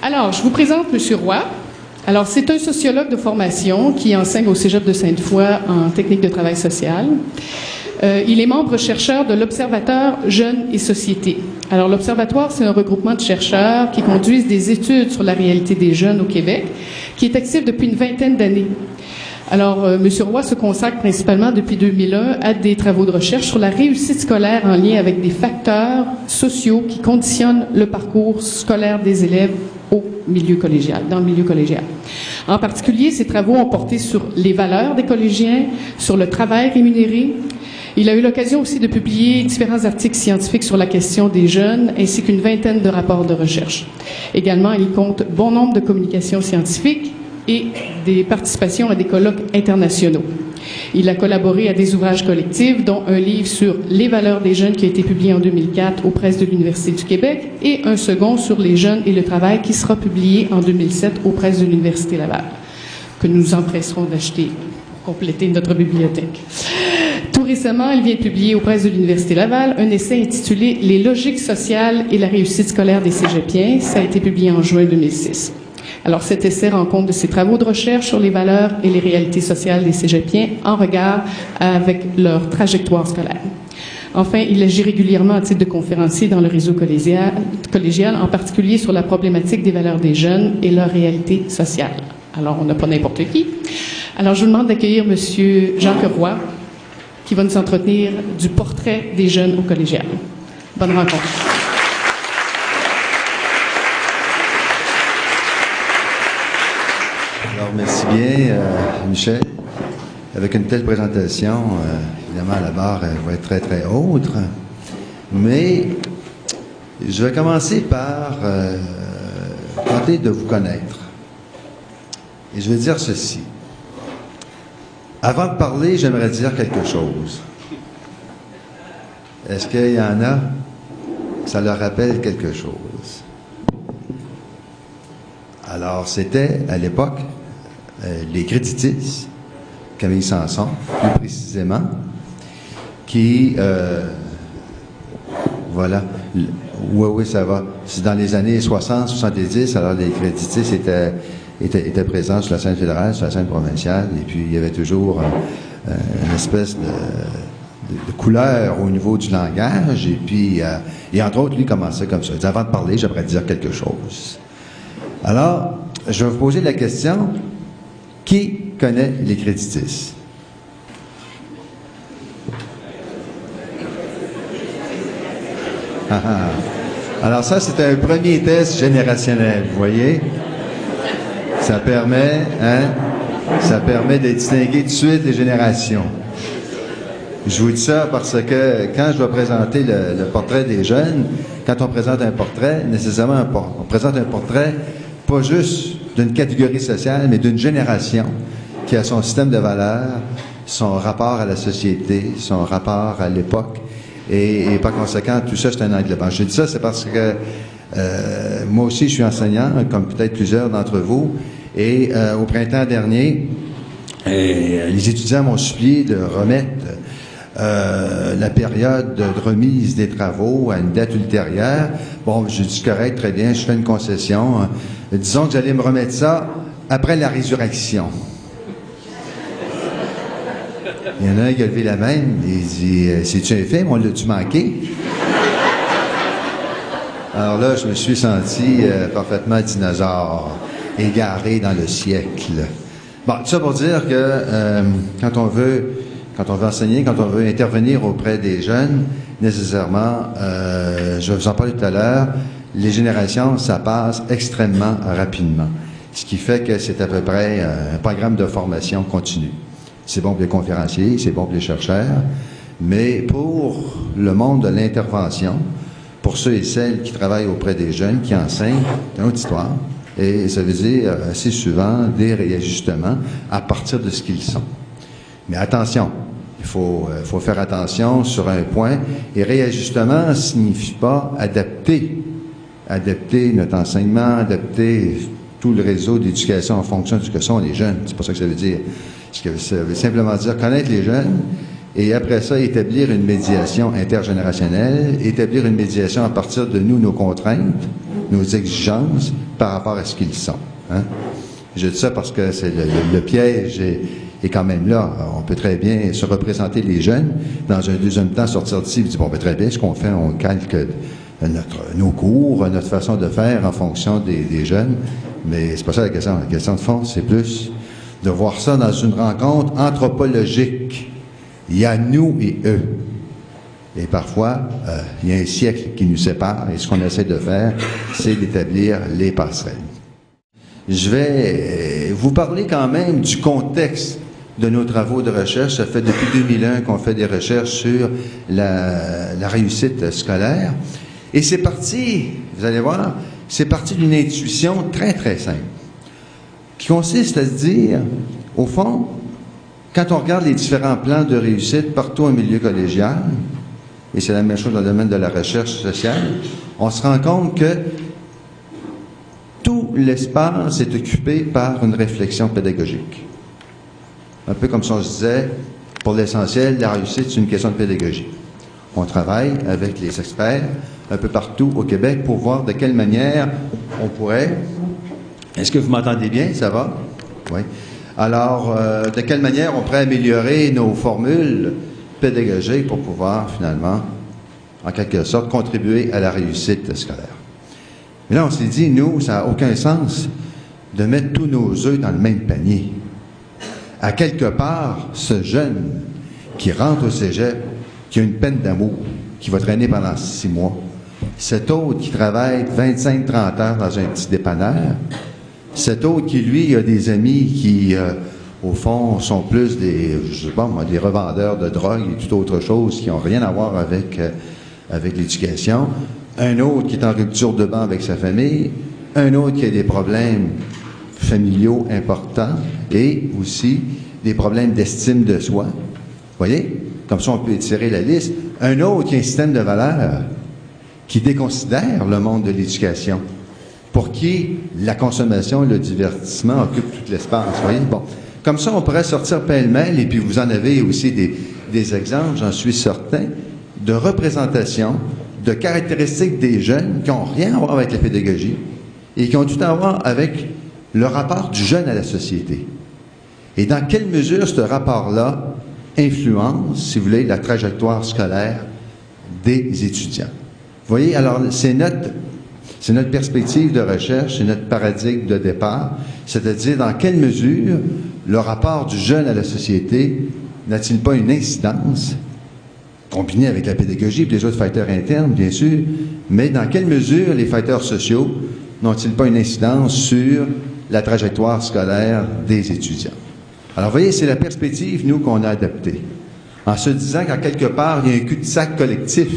Alors, je vous présente M. Roy. Alors, c'est un sociologue de formation qui enseigne au Cégep de Sainte-Foy en technique de travail social. Il est membre chercheur de l'Observatoire Jeunes et Société. Alors, l'Observatoire, c'est un regroupement de chercheurs qui conduisent des études sur la réalité des jeunes au Québec, qui est actif depuis une vingtaine d'années. Alors, M. Roy se consacre principalement depuis 2001 à des travaux de recherche sur la réussite scolaire en lien avec des facteurs sociaux qui conditionnent le parcours scolaire des élèves au milieu collégial, dans le milieu collégial. En particulier, ces travaux ont porté sur les valeurs des collégiens, sur le travail rémunéré. Il a eu l'occasion aussi de publier différents articles scientifiques sur la question des jeunes, ainsi qu'une vingtaine de rapports de recherche. Également, il compte bon nombre de communications scientifiques et des participations à des colloques internationaux. Il a collaboré à des ouvrages collectifs, dont un livre sur les valeurs des jeunes qui a été publié en 2004 aux presses de l'Université du Québec et un second sur les jeunes et le travail qui sera publié en 2007 aux presses de l'Université Laval, que nous nous empresserons d'acheter pour compléter notre bibliothèque. Tout récemment, il vient de publier aux presses de l'Université Laval un essai intitulé « Les logiques sociales et la réussite scolaire des cégepiens ». Ça a été publié en juin 2006. Alors, cet essai rend compte de ses travaux de recherche sur les valeurs et les réalités sociales des cégepiens en regard avec leur trajectoire scolaire. Enfin, il agit régulièrement à titre de conférencier dans le réseau collégial, en particulier sur la problématique des valeurs des jeunes et leur réalité sociale. Alors, on n'a pas n'importe qui. Alors, je vous demande d'accueillir M. Jacques Roy, qui va nous entretenir du portrait des jeunes au collégial. Bonne rencontre. Alors, merci bien, Michel. Avec une telle présentation, évidemment, la barre va être très, très haute. Mais je vais commencer par tenter de vous connaître. Et je vais dire ceci. Avant de parler, j'aimerais dire quelque chose. Est-ce qu'il y en a? Ça leur rappelle quelque chose. Alors, c'était, à l'époque, les créditistes, Camille Sanson, plus précisément, qui, voilà, oui, ça va. C'est dans les années 60, 70, alors les créditistes étaient présents sur la scène fédérale, sur la scène provinciale, et puis il y avait toujours une espèce de couleur au niveau du langage, et puis, et entre autres, lui commençait comme ça. Il disait, avant de parler, j'aimerais dire quelque chose. Alors, je vais vous poser la question, qui connaît les créditistes? Alors ça, c'est un premier test générationnel, vous voyez? Ça permet de distinguer tout de suite les générations. Je vous dis ça parce que quand je vais présenter le portrait des jeunes, quand on présente un portrait, nécessairement on présente un portrait pas juste d'une catégorie sociale, mais d'une génération qui a son système de valeurs, son rapport à la société, son rapport à l'époque, et par conséquent, tout ça, c'est un angle blanc. Je dis ça, c'est parce que moi aussi, je suis enseignant, comme peut-être plusieurs d'entre vous, et au printemps dernier, les étudiants m'ont supplié de remettre la période de remise des travaux à une date ultérieure. Bon, je dis correct, très bien, je fais une concession. Disons que j'allais me remettre ça après la résurrection. Il y en a un qui a levé la main, il dit « C'est-tu un film? On l'a-tu manqué? » Alors là, je me suis senti parfaitement dinosaure, égaré dans le siècle. Bon, tout ça pour dire que quand on veut enseigner, quand on veut intervenir auprès des jeunes, nécessairement, je vais vous en parler tout à l'heure, les générations, ça passe extrêmement rapidement. Ce qui fait que c'est à peu près un programme de formation continue. C'est bon pour les conférenciers, c'est bon pour les chercheurs, mais pour le monde de l'intervention, pour ceux et celles qui travaillent auprès des jeunes, qui enseignent, c'est une autre histoire. Et ça veut dire assez souvent des réajustements à partir de ce qu'ils sont. Mais attention, il faut faire attention sur un point. Et réajustement ne signifie pas adapter notre enseignement, adapter tout le réseau d'éducation en fonction de ce que sont les jeunes. C'est pas ça que ça veut dire. Ça veut simplement dire connaître les jeunes et après ça, établir une médiation intergénérationnelle, établir une médiation à partir de nous, nos contraintes, nos exigences par rapport à ce qu'ils sont. Hein? Je dis ça parce que c'est le piège est quand même là. On peut très bien se représenter les jeunes, dans un deuxième temps sortir d'ici et dire, bon, ben, très bien, ce qu'on fait, on calque nos cours, notre façon de faire en fonction des jeunes, mais c'est pas ça la question. La question de fond, c'est plus de voir ça dans une rencontre anthropologique. Il y a nous et eux. Et parfois, il y a un siècle qui nous sépare, et ce qu'on essaie de faire, c'est d'établir les passerelles. Je vais vous parler quand même du contexte de nos travaux de recherche. Ça fait depuis 2001 qu'on fait des recherches sur la réussite scolaire. Et c'est parti, vous allez voir, c'est parti d'une intuition très, très simple, qui consiste à se dire, au fond, quand on regarde les différents plans de réussite partout au milieu collégial, et c'est la même chose dans le domaine de la recherche sociale, on se rend compte que tout l'espace est occupé par une réflexion pédagogique. Un peu comme si on se disait, pour l'essentiel, la réussite, c'est une question de pédagogie. On travaille avec les experts un peu partout au Québec pour voir de quelle manière on pourrait... Est-ce que vous m'entendez bien? Ça va? Oui. Alors, de quelle manière on pourrait améliorer nos formules pédagogiques pour pouvoir, finalement, en quelque sorte, contribuer à la réussite scolaire. Mais là, on s'est dit, nous, ça n'a aucun sens de mettre tous nos œufs dans le même panier. À quelque part, ce jeune qui rentre au cégep, qui a une peine d'amour, qui va traîner pendant 6 mois, cet autre qui travaille 25-30 heures dans un petit dépanneur, cet autre qui, lui, a des amis qui, au fond, sont plus des, je sais pas moi, des revendeurs de drogue et toute autre chose qui n'ont rien à voir avec l'éducation, un autre qui est en rupture de banc avec sa famille, un autre qui a des problèmes familiaux importants et aussi des problèmes d'estime de soi. Vous voyez? Comme ça, on peut étirer la liste. Un autre qui a un système de valeurs qui déconsidère le monde de l'éducation, pour qui la consommation et le divertissement occupent tout l'espace. Vous voyez? Bon. Comme ça, on pourrait sortir pêle-mêle, et puis vous en avez aussi des exemples, j'en suis certain, de représentation, de caractéristiques des jeunes qui n'ont rien à voir avec la pédagogie et qui ont tout à voir avec le rapport du jeune à la société. Et dans quelle mesure ce rapport-là influence, si vous voulez, la trajectoire scolaire des étudiants. Vous voyez, alors c'est notre perspective de recherche, c'est notre paradigme de départ, c'est-à-dire dans quelle mesure le rapport du jeune à la société n'a-t-il pas une incidence, combinée avec la pédagogie et les autres facteurs internes, bien sûr, mais dans quelle mesure les facteurs sociaux n'ont-ils pas une incidence sur la trajectoire scolaire des étudiants. Alors, vous voyez, c'est la perspective, nous, qu'on a adoptée, en se disant qu'en quelque part, il y a un cul-de-sac collectif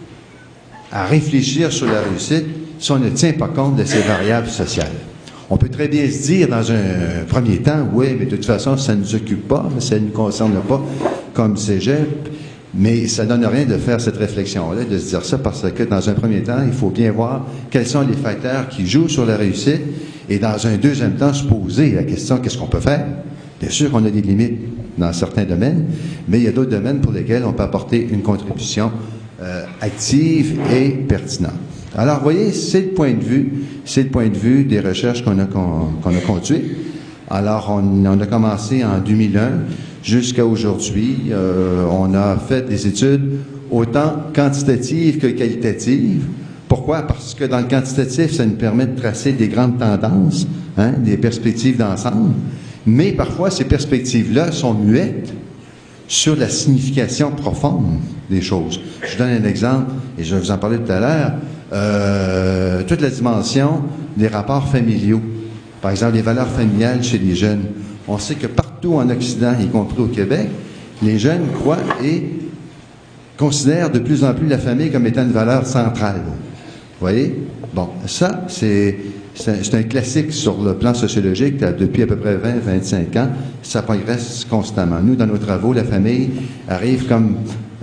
à réfléchir sur la réussite si on ne tient pas compte de ces variables sociales. On peut très bien se dire, dans un premier temps, oui, mais de toute façon, ça ne nous occupe pas, ça ne nous concerne pas comme cégep, mais ça ne donne rien de faire cette réflexion-là, de se dire ça, parce que dans un premier temps, il faut bien voir quels sont les facteurs qui jouent sur la réussite, et dans un deuxième temps, se poser la question, qu'est-ce qu'on peut faire? Bien sûr qu'on a des limites dans certains domaines, mais il y a d'autres domaines pour lesquels on peut apporter une contribution active et pertinente. Alors, vous voyez, c'est le point de vue des recherches qu'on a conduites. Alors, on a commencé en 2001 jusqu'à aujourd'hui. On a fait des études autant quantitatives que qualitatives. Pourquoi? Parce que dans le quantitatif, ça nous permet de tracer des grandes tendances, hein, des perspectives d'ensemble. Mais parfois, ces perspectives-là sont muettes sur la signification profonde des choses. Je vous donne un exemple, et je vais vous en parler tout à l'heure. Toute la dimension des rapports familiaux. Par exemple, les valeurs familiales chez les jeunes. On sait que partout en Occident, y compris au Québec, les jeunes croient et considèrent de plus en plus la famille comme étant une valeur centrale. Vous voyez? Bon, ça, c'est un classique sur le plan sociologique. Depuis à peu près 20-25 ans, ça progresse constamment. Nous, dans nos travaux, la famille arrive comme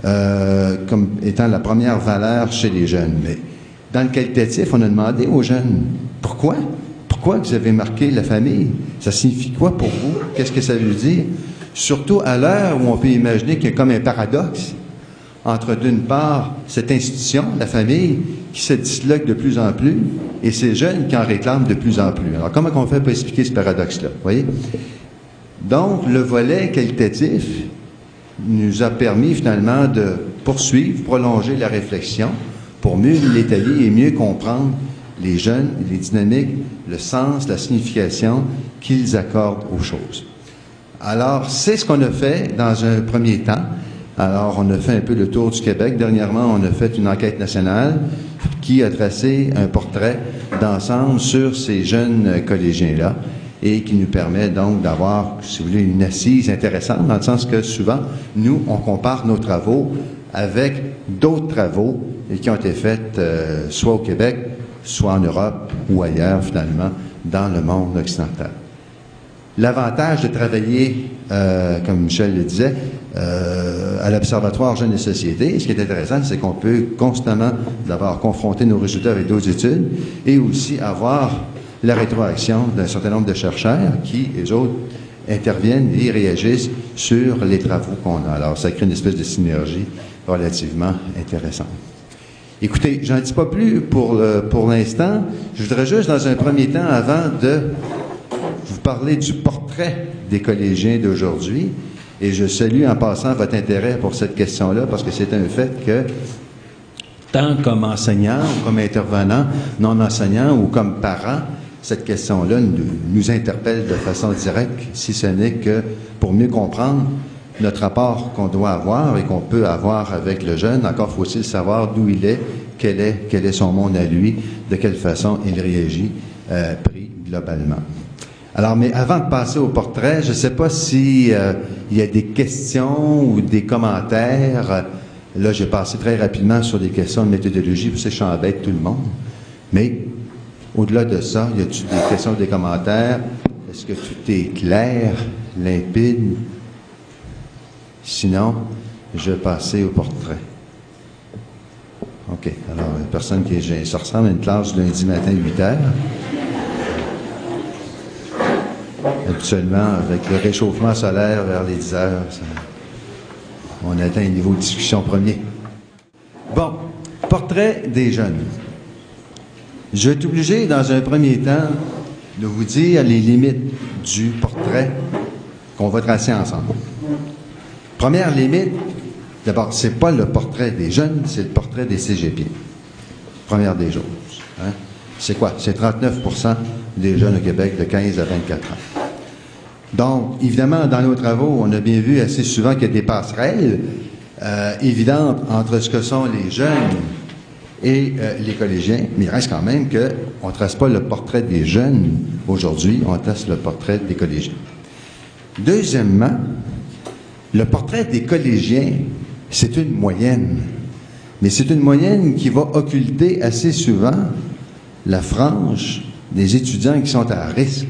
étant la première valeur chez les jeunes. Mais dans le qualitatif, on a demandé aux jeunes, pourquoi? Pourquoi vous avez marqué la famille? Ça signifie quoi pour vous? Qu'est-ce que ça veut dire? Surtout à l'heure où on peut imaginer qu'il y a comme un paradoxe entre, d'une part, cette institution, la famille, qui se disloque de plus en plus, et ces jeunes qui en réclament de plus en plus. Alors, comment on fait pour expliquer ce paradoxe-là? Vous voyez? Donc, le volet qualitatif nous a permis finalement de poursuivre, prolonger la réflexion pour mieux l'étaler et mieux comprendre les jeunes, les dynamiques, le sens, la signification qu'ils accordent aux choses. Alors, c'est ce qu'on a fait dans un premier temps. Alors, on a fait un peu le tour du Québec. Dernièrement, on a fait une enquête nationale qui a tracé un portrait d'ensemble sur ces jeunes collégiens-là et qui nous permet donc d'avoir, si vous voulez, une assise intéressante, dans le sens que souvent, nous, on compare nos travaux avec d'autres travaux qui ont été faits soit au Québec, soit en Europe ou ailleurs, finalement, dans le monde occidental. L'avantage de travailler, comme Michel le disait, à l'Observatoire Jeunes et Sociétés, ce qui est intéressant, c'est qu'on peut constamment d'abord confronter nos résultats avec d'autres études et aussi avoir la rétroaction d'un certain nombre de chercheurs qui, les autres, interviennent et réagissent sur les travaux qu'on a. Alors, ça crée une espèce de synergie relativement intéressante. Écoutez, j'en dis pas plus pour l'instant. Je voudrais juste, dans un premier temps, avant de vous parler du portrait des collégiens d'aujourd'hui, et je salue en passant votre intérêt pour cette question-là, parce que c'est un fait que, tant comme enseignant ou comme intervenant, non enseignant ou comme parent, cette question-là nous interpelle de façon directe, si ce n'est que pour mieux comprendre notre rapport qu'on doit avoir et qu'on peut avoir avec le jeune. Encore faut-il savoir d'où il est, quel est son monde à lui, de quelle façon il réagit, pris globalement. Alors, mais avant de passer au portrait, je ne sais pas si il y a des questions ou des commentaires. Là, j'ai passé très rapidement sur des questions de méthodologie, parce que je embête tout le monde. Mais, au-delà de ça, y a-t-il des questions, des commentaires? Est-ce que tout est clair, limpide? Sinon, je vais passer au portrait. OK. Alors, personne qui est... Ça ressemble à une classe du lundi matin, 8 heures. Habituellement, avec le réchauffement solaire vers les 10 heures, on atteint un niveau de discussion premier. Bon, portrait des jeunes. Je vais être obligé, dans un premier temps, de vous dire les limites du portrait qu'on va tracer ensemble. Première limite, d'abord, c'est pas le portrait des jeunes, c'est le portrait des cégepiers. Première des choses. Hein? C'est quoi? C'est 39% des jeunes au Québec de 15 à 24 ans. Donc, évidemment, dans nos travaux, on a bien vu assez souvent qu'il y a des passerelles évidentes entre ce que sont les jeunes et les collégiens, mais il reste quand même qu'on ne trace pas le portrait des jeunes aujourd'hui, on trace le portrait des collégiens. Deuxièmement, le portrait des collégiens, c'est une moyenne, mais c'est une moyenne qui va occulter assez souvent la frange des étudiants qui sont à risque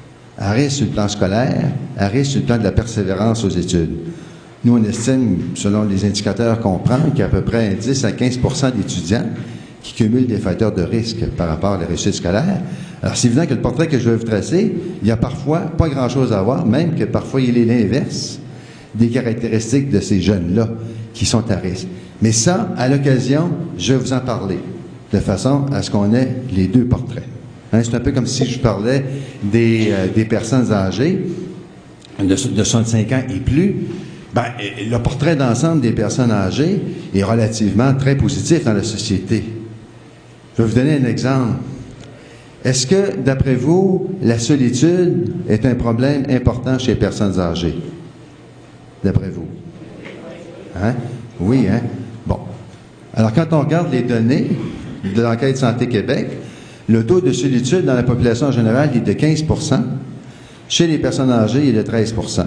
sur le plan scolaire, à risque sur le plan de la persévérance aux études. Nous, on estime, selon les indicateurs qu'on prend, qu'il y a à peu près 10 à 15 d'étudiants qui cumulent des facteurs de risque par rapport à la réussite scolaire. Alors, c'est évident que le portrait que je vais vous tracer, il y a parfois pas grand-chose à voir, même que parfois il est l'inverse des caractéristiques de ces jeunes-là qui sont à risque. Mais ça, à l'occasion, je vais vous en parler, de façon à ce qu'on ait les deux portraits. Hein, c'est un peu comme si je parlais des personnes âgées de 65 ans et plus. Ben, le portrait d'ensemble des personnes âgées est relativement très positif dans la société. Je vais vous donner un exemple. Est-ce que, d'après vous, la solitude est un problème important chez les personnes âgées? D'après vous? Hein? Oui, hein? Bon. Alors, quand on regarde les données de l'enquête Santé Québec, le taux de solitude dans la population en général est de 15 %. Chez les personnes âgées, il est de 13 %.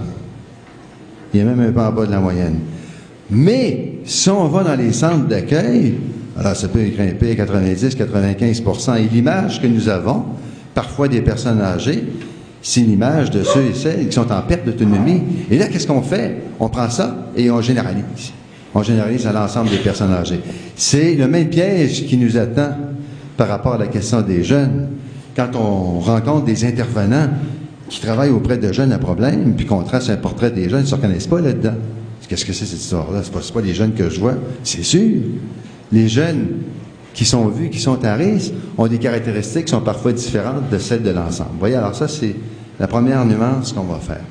Il est même un peu en bas de la moyenne. Mais, si on va dans les centres d'accueil, alors ça peut grimper à 90-95 %. Et l'image que nous avons, parfois des personnes âgées, c'est l'image de ceux et celles qui sont en perte d'autonomie. Et là, qu'est-ce qu'on fait? On prend ça et on généralise. On généralise à l'ensemble des personnes âgées. C'est le même piège qui nous attend par rapport à la question des jeunes. Quand on rencontre des intervenants qui travaillent auprès de jeunes à problème, puis qu'on trace un portrait des jeunes, ils ne se reconnaissent pas là-dedans. qu'est-ce que c'est cette histoire-là? C'est pas les jeunes que je vois, c'est sûr. Les jeunes qui sont vus, qui sont à risque, ont des caractéristiques qui sont parfois différentes de celles de l'ensemble. Vous voyez, alors ça, c'est la première nuance qu'on va faire.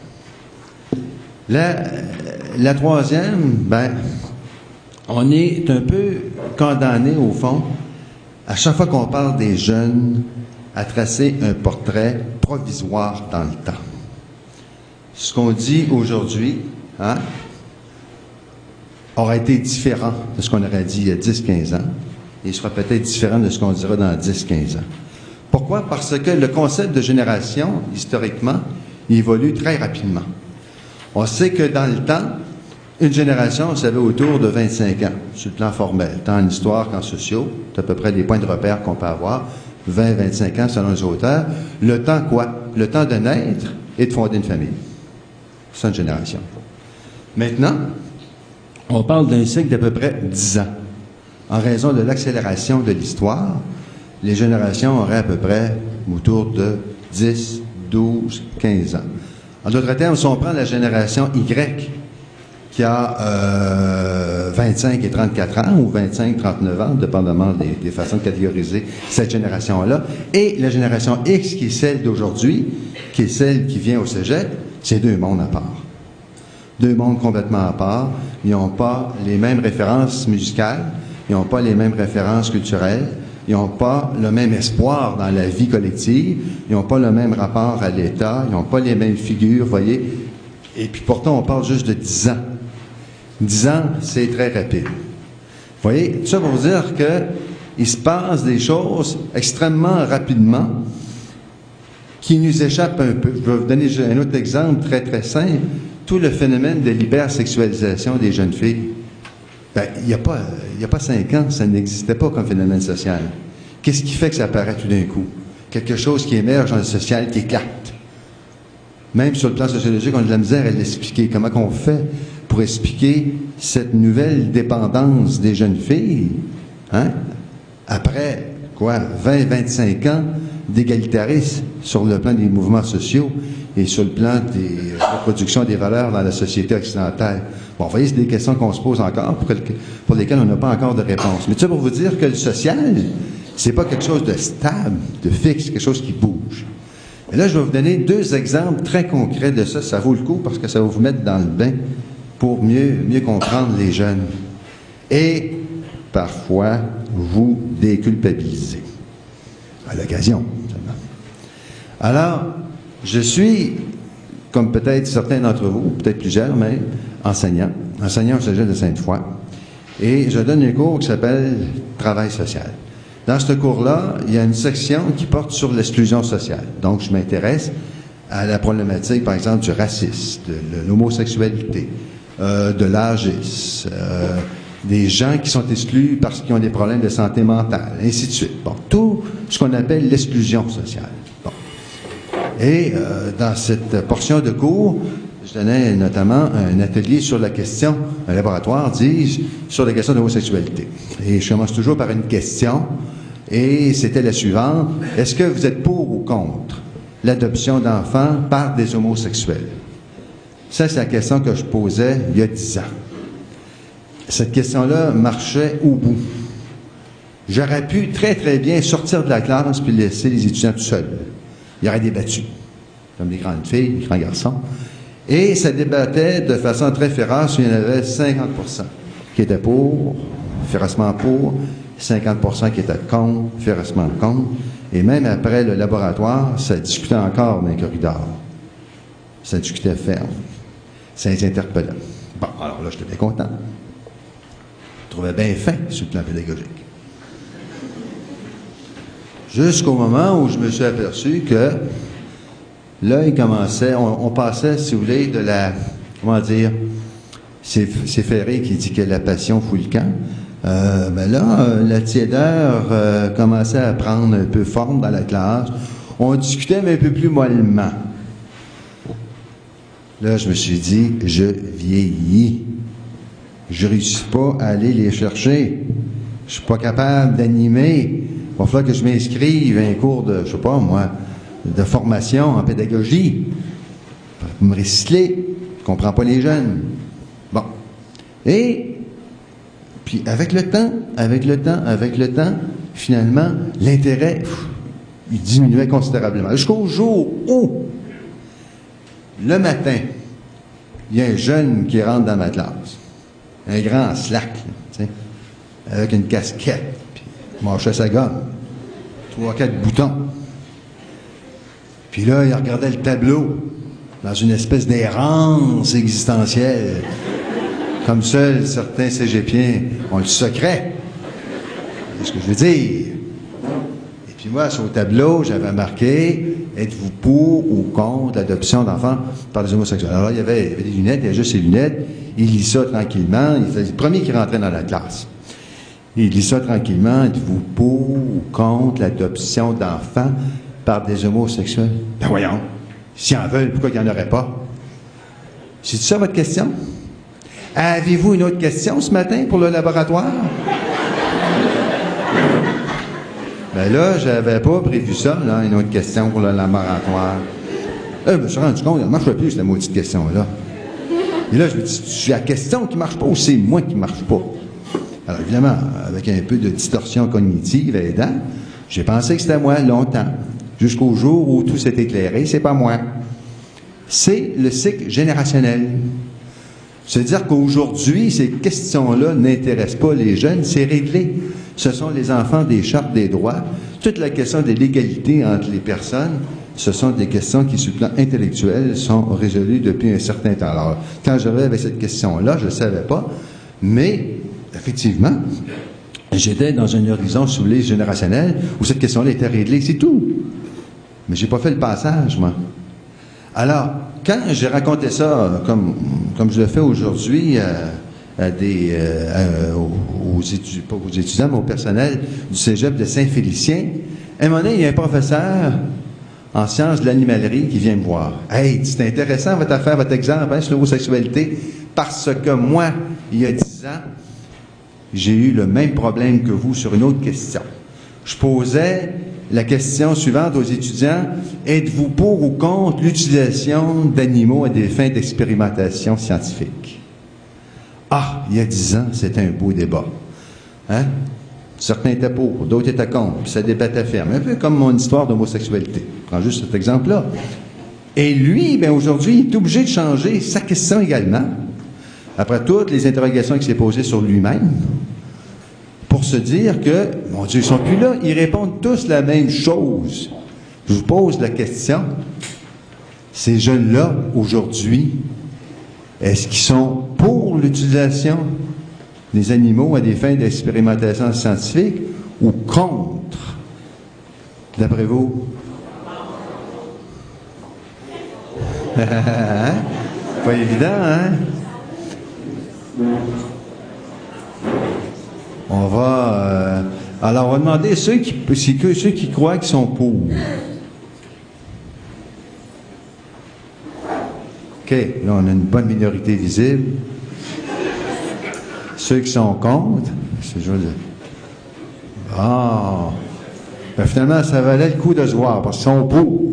La troisième, on est un peu condamné, au fond, à chaque fois qu'on parle des jeunes, à tracer un portrait provisoire dans le temps. Ce qu'on dit aujourd'hui, aurait été différent de ce qu'on aurait dit il y a 10-15 ans, et sera peut-être différent de ce qu'on dira dans 10-15 ans. Pourquoi? Parce que le concept de génération, historiquement, il évolue très rapidement. On sait que dans le temps, une génération, ça avait autour de 25 ans, sur le plan formel, tant en histoire qu'en sociaux. C'est à peu près des points de repère qu'on peut avoir. 20-25 ans selon les auteurs. Le temps quoi? Le temps de naître et de fonder une famille. C'est une génération. Maintenant, on parle d'un cycle d'à peu près 10 ans. En raison de l'accélération de l'histoire, les générations auraient à peu près autour de 10, 12, 15 ans. En d'autres termes, si on prend la génération Y, qui a 25 et 34 ans, ou 25-39 ans, dépendamment des façons de catégoriser cette génération-là, et la génération X, qui est celle d'aujourd'hui, qui est celle qui vient au cégep, c'est deux mondes à part. Deux mondes complètement à part. Ils n'ont pas les mêmes références musicales, ils n'ont pas les mêmes références culturelles, ils n'ont pas le même espoir dans la vie collective, ils n'ont pas le même rapport à l'État, ils n'ont pas les mêmes figures, vous voyez. Et puis pourtant, on parle juste de 10 ans. 10 ans, c'est très rapide. Vous voyez, tout ça pour vous dire qu'il se passe des choses extrêmement rapidement qui nous échappent un peu. Je vais vous donner un autre exemple très, très simple. Tout le phénomène de l'hypersexualisation des jeunes filles. Il n'y a pas 5 ans, ça n'existait pas comme phénomène social. Qu'est-ce qui fait que ça apparaît tout d'un coup? Quelque chose qui émerge dans le social, qui éclate. Même sur le plan sociologique, on a de la misère à l'expliquer. Comment on fait pour expliquer cette nouvelle dépendance des jeunes filles, après, 20-25 ans d'égalitarisme sur le plan des mouvements sociaux et sur le plan des reproductions des valeurs dans la société occidentale. Bon, vous voyez, c'est des questions qu'on se pose encore, pour lesquelles on n'a pas encore de réponse. Mais tout ça pour vous dire que le social, c'est pas quelque chose de stable, de fixe, quelque chose qui bouge. Et là, je vais vous donner 2 exemples très concrets de ça. Ça vaut le coup parce que ça va vous mettre dans le bain pour mieux comprendre les jeunes. Et parfois, vous déculpabiliser. À l'occasion, seulement. Alors, je suis, comme peut-être certains d'entre vous, peut-être plusieurs même, enseignant au Cégep de Sainte-Foy. Et je donne un cours qui s'appelle « Travail social ». Dans ce cours-là, il y a une section qui porte sur l'exclusion sociale. Donc, je m'intéresse à la problématique, par exemple, du racisme, de l'homosexualité, de l'âgisme, des gens qui sont exclus parce qu'ils ont des problèmes de santé mentale, ainsi de suite. Bon, tout ce qu'on appelle l'exclusion sociale. Bon. Et dans cette portion de cours, je donnais notamment un atelier sur la question, un laboratoire, dis-je, sur la question de l'homosexualité. Et je commence toujours par une question, et c'était la suivante. Est-ce que vous êtes pour ou contre l'adoption d'enfants par des homosexuels? Ça, c'est la question que je posais il y a 10 ans. Cette question-là marchait au bout. J'aurais pu très, très bien sortir de la classe puis laisser les étudiants tout seuls. Ils auraient débattu, comme des grandes filles, des grands garçons. Et ça débattait de façon très féroce. Il y en avait 50% qui étaient pour, férocement pour, 50% qui étaient contre, férocement contre. Et même après le laboratoire, ça discutait encore dans les corridors. Ça discutait ferme. Ça les interpellait. Bon, alors là, j'étais bien content. Je trouvais bien fin sur le plan pédagogique. Jusqu'au moment où je me suis aperçu que là, il commençait, on passait, si vous voulez, de la, comment dire, c'est Ferré qui dit que la passion fout le camp. Ben là, la tiédeur commençait à prendre un peu forme dans la classe. On discutait, mais un peu plus mollement. Là, je me suis dit, je vieillis. Je ne réussis pas à aller les chercher. Je suis pas capable d'animer. Il va falloir que je m'inscrive à un cours de, je sais pas moi, de formation en pédagogie. Pour me recycler. Je ne comprends pas les jeunes. Bon. Et puis avec le temps, finalement, l'intérêt, il diminuait considérablement. Jusqu'au jour où, le matin, il y a un jeune qui rentre dans ma classe. Un grand slack, là, tu sais, avec une casquette, puis il marchait sa gomme. 3-4 boutons. Puis là, il regardait le tableau dans une espèce d'errance existentielle. Comme seuls certains cégepiens ont le secret. C'est ce que je veux dire. Et puis moi, sur le tableau, j'avais marqué « Êtes-vous pour ou contre l'adoption d'enfants par des homosexuels? » Alors là, il y avait des lunettes, il y avait juste ses lunettes. Il lit ça tranquillement. Il faisait le premier qui rentrait dans la classe. Il lit ça tranquillement. « Êtes-vous pour ou contre l'adoption d'enfants par des homosexuels? » Ben voyons. S'ils en veulent, pourquoi il n'y en aurait pas? C'est ça votre question? Avez-vous une autre question ce matin pour le laboratoire? Ben là, j'avais pas prévu ça, là, une autre question pour le laboratoire. Je me suis rendu compte, elle ne marche plus, cette maudite question-là. Et là, je me dis, c'est la question qui ne marche pas ou c'est moi qui ne marche pas? Alors, évidemment, avec un peu de distorsion cognitive aidant, j'ai pensé que c'était moi longtemps, jusqu'au jour où tout s'est éclairé, c'est pas moi. C'est le cycle générationnel. C'est-à-dire qu'aujourd'hui, ces questions-là n'intéressent pas les jeunes, c'est réglé. Ce sont les enfants des chartes des droits. Toute la question de l'égalité entre les personnes, ce sont des questions qui, sur le plan intellectuel, sont résolues depuis un certain temps. Alors, quand j'arrivais avec cette question-là, je ne savais pas, mais, effectivement, j'étais dans un horizon sous les générationnel où cette question-là était réglée, c'est tout. Mais j'ai pas fait le passage, moi. Alors, quand j'ai raconté ça, comme je le fais aujourd'hui, aux étudiants, mais au personnel du cégep de Saint-Félicien, à un moment donné, il y a un professeur en sciences de l'animalerie qui vient me voir. « Hey, c'est intéressant votre affaire, votre exemple sur l'homosexualité, parce que moi, il y a 10 ans, j'ai eu le même problème que vous sur une autre question. Je posais la question suivante aux étudiants, êtes-vous pour ou contre l'utilisation d'animaux à des fins d'expérimentation scientifique? » Ah, il y a 10 ans, c'était un beau débat. Hein? Certains étaient pour, d'autres étaient contre, puis ça débattait ferme. Un peu comme mon histoire d'homosexualité. Je prends juste cet exemple-là. Et lui, bien aujourd'hui, il est obligé de changer sa question également, après toutes les interrogations qu'il s'est posées sur lui-même, pour se dire que, mon Dieu, ils ne sont plus là, ils répondent tous la même chose. Je vous pose la question, ces jeunes-là, aujourd'hui, est-ce qu'ils sont pour l'utilisation des animaux à des fins d'expérimentation scientifique ou contre, d'après vous? Pas évident, hein? On va... alors, on va demander ceux qui croient qu'ils sont pour. OK, là, on a une bonne minorité visible. Ceux qui sont contre, c'est juste... Ah! Ben, finalement, ça valait le coup de se voir, parce qu'ils sont pour.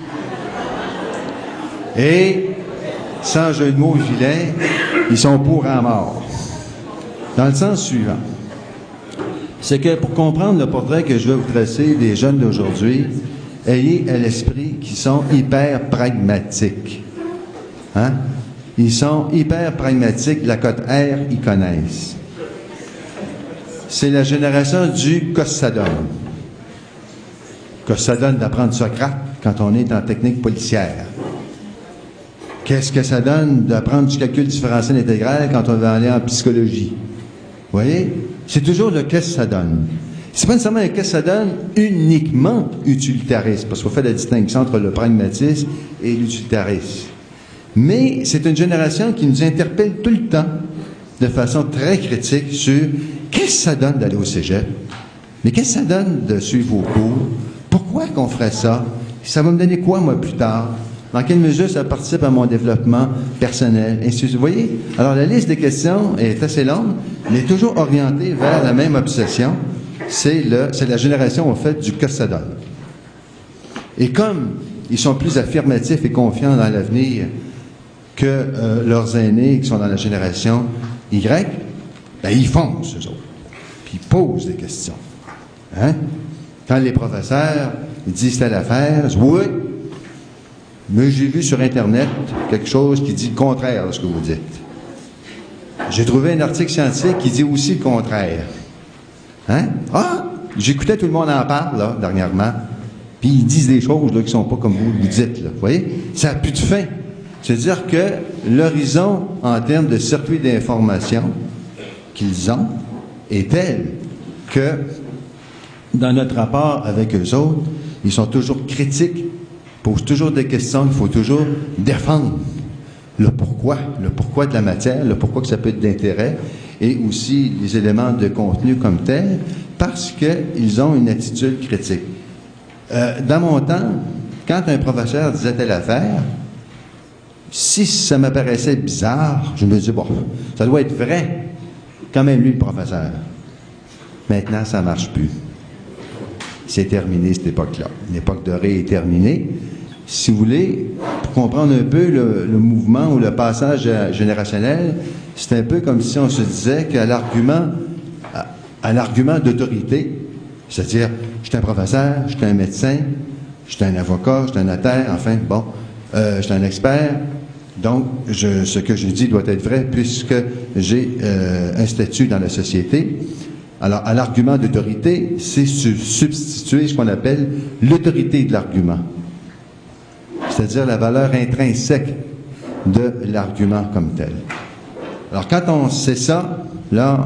Et, sans jeu de mots vilain, ils sont pour à mort. Dans le sens suivant. C'est que pour comprendre le portrait que je vais vous tracer des jeunes d'aujourd'hui, ayez à l'esprit qu'ils sont hyper pragmatiques. Hein? Ils sont hyper pragmatiques, la cote R, ils connaissent. C'est la génération du qu'est-ce que ça donne. Qu'est-ce que ça donne d'apprendre Socrate quand on est en technique policière? Qu'est-ce que ça donne d'apprendre du calcul différentiel intégral quand on va aller en psychologie? Vous voyez? C'est toujours le qu'est-ce que ça donne. C'est pas nécessairement le qu'est-ce que ça donne uniquement utilitariste, parce qu'on fait la distinction entre le pragmatisme et l'utilitarisme. Mais c'est une génération qui nous interpelle tout le temps, de façon très critique, sur qu'est-ce que ça donne d'aller au cégep? Mais qu'est-ce que ça donne de suivre vos cours? Pourquoi qu'on ferait ça? Ça va me donner quoi, moi, plus tard? Dans quelle mesure ça participe à mon développement personnel? Ainsi, vous voyez? Alors, la liste des questions est assez longue, mais toujours orientée vers la même obsession. C'est la génération, en fait, du que ça donne. Et comme ils sont plus affirmatifs et confiants dans l'avenir que leurs aînés qui sont dans la génération Y, ben, ils foncent, eux autres. Puis ils posent des questions. Hein? Quand les professeurs ils disent telle affaire, ils disent oui, mais j'ai vu sur Internet quelque chose qui dit le contraire de ce que vous dites. J'ai trouvé un article scientifique qui dit aussi le contraire. Hein? Ah! J'écoutais tout le monde en parle, là, dernièrement. Puis ils disent des choses là, qui ne sont pas comme vous dites. Là. Vous voyez? Ça n'a plus de fin. C'est-à-dire que l'horizon, en termes de circuit d'information qu'ils ont, est tel que, dans notre rapport avec eux autres, ils sont toujours critiques, posent toujours des questions, il faut toujours défendre le pourquoi de la matière, le pourquoi que ça peut être d'intérêt, et aussi les éléments de contenu comme tels, parce qu'ils ont une attitude critique. Dans mon temps, quand un professeur disait telle affaire, si ça me paraissait bizarre, je me disais, bon, ça doit être vrai, quand même lui, le professeur. Maintenant, ça ne marche plus. C'est terminé, cette époque-là. L'époque dorée est terminée. Si vous voulez, pour comprendre un peu le mouvement ou le passage générationnel, c'est un peu comme si on se disait qu'à l'argument d'autorité, c'est-à-dire, je suis un professeur, je suis un médecin, je suis un avocat, je suis un notaire, enfin, bon, je suis un expert, donc ce que je dis doit être vrai puisque j'ai un statut dans la société. Alors, à l'argument d'autorité, c'est substituer ce qu'on appelle l'autorité de l'argument, c'est-à-dire la valeur intrinsèque de l'argument comme tel. Alors, quand on sait ça, là,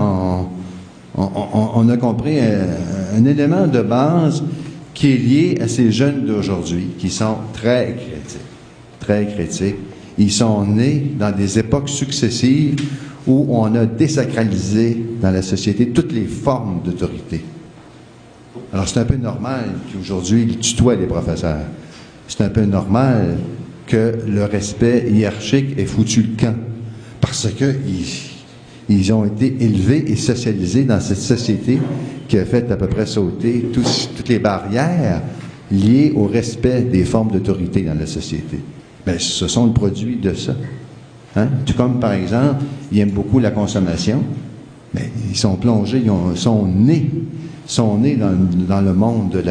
on a compris un élément de base qui est lié à ces jeunes d'aujourd'hui, qui sont très critiques. Très critiques. Ils sont nés dans des époques successives où on a désacralisé dans la société toutes les formes d'autorité. Alors, c'est un peu normal qu'aujourd'hui, ils tutoient les professeurs. C'est un peu normal que le respect hiérarchique ait foutu le camp. Parce qu'ils ont été élevés et socialisés dans cette société qui a fait à peu près sauter toutes les barrières liées au respect des formes d'autorité dans la société. Bien, ce sont le produit de ça. Hein? Tout comme, par exemple, ils aiment beaucoup la consommation, mais ils sont plongés, sont nés dans le monde de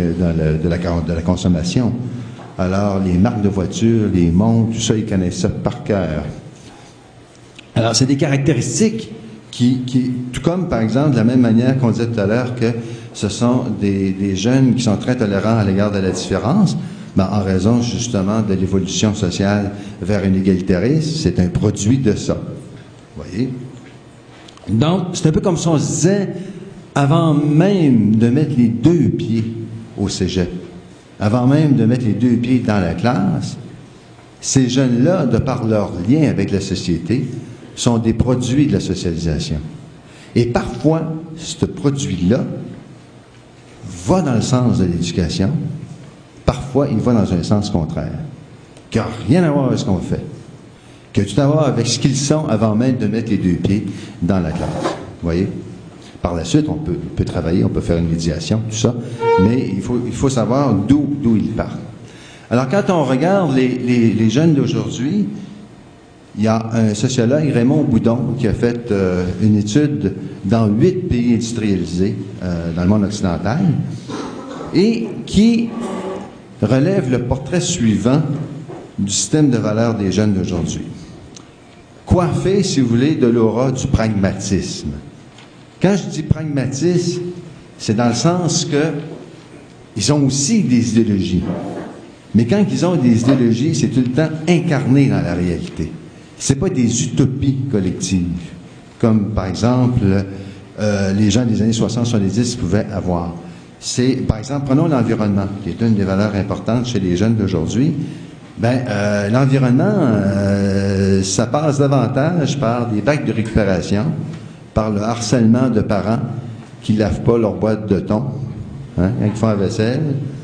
la consommation. Alors, les marques de voitures, les montres, tout ça, ils connaissent ça par cœur. Alors, c'est des caractéristiques qui, tout comme, par exemple, de la même manière qu'on disait tout à l'heure que ce sont des jeunes qui sont très tolérants à l'égard de la différence, ben, en raison, justement, de l'évolution sociale vers un égalitarisme, c'est un produit de ça. Vous voyez? Donc, c'est un peu comme si on se disait, avant même de mettre les 2 pieds au cégep, avant même de mettre les 2 pieds dans la classe, ces jeunes-là, de par leur lien avec la société, sont des produits de la socialisation. Et parfois, ce produit-là va dans le sens de l'éducation, parfois, il va dans un sens contraire, qui n'a rien à voir avec ce qu'on fait, qui a tout à voir avec ce qu'ils sont avant même de mettre les 2 pieds dans la classe. Vous voyez? Par la suite, on peut travailler, on peut faire une médiation, tout ça, mais il faut savoir d'où ils partent. Alors, quand on regarde les jeunes d'aujourd'hui, il y a un sociologue, Raymond Boudon, qui a fait une étude dans 8 pays industrialisés dans le monde occidental et qui relève le portrait suivant du système de valeurs des jeunes d'aujourd'hui. Coiffé, si vous voulez, de l'aura du pragmatisme. Quand je dis pragmatisme, c'est dans le sens que ils ont aussi des idéologies. Mais quand ils ont des idéologies, c'est tout le temps incarné dans la réalité. C'est pas des utopies collectives, comme par exemple les gens des années 60-70 pouvaient avoir. C'est, par exemple, prenons l'environnement, qui est une des valeurs importantes chez les jeunes d'aujourd'hui. L'environnement, ça passe davantage par des bacs de récupération, par le harcèlement de parents qui ne lavent pas leur boîte de thon, hein, quand ils font la vaisselle.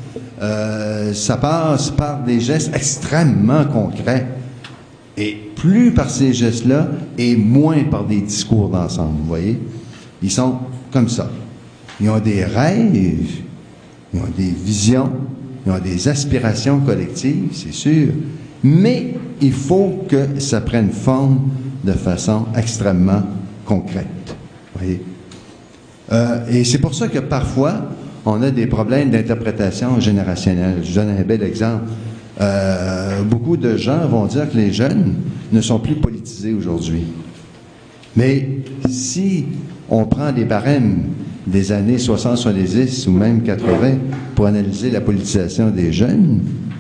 Ça passe par des gestes extrêmement concrets. Et plus par ces gestes-là, et moins par des discours d'ensemble, vous voyez? Ils sont comme ça. Ils ont des rêves, ils ont des visions, ils ont des aspirations collectives, c'est sûr, mais il faut que ça prenne forme de façon extrêmement concrète. Voyez? Et c'est pour ça que parfois, on a des problèmes d'interprétation générationnelle. Je donne un bel exemple. Beaucoup de gens vont dire que les jeunes ne sont plus politisés aujourd'hui. Mais si on prend des barèmes des années 60, 70 ou même 80 pour analyser la politisation des jeunes,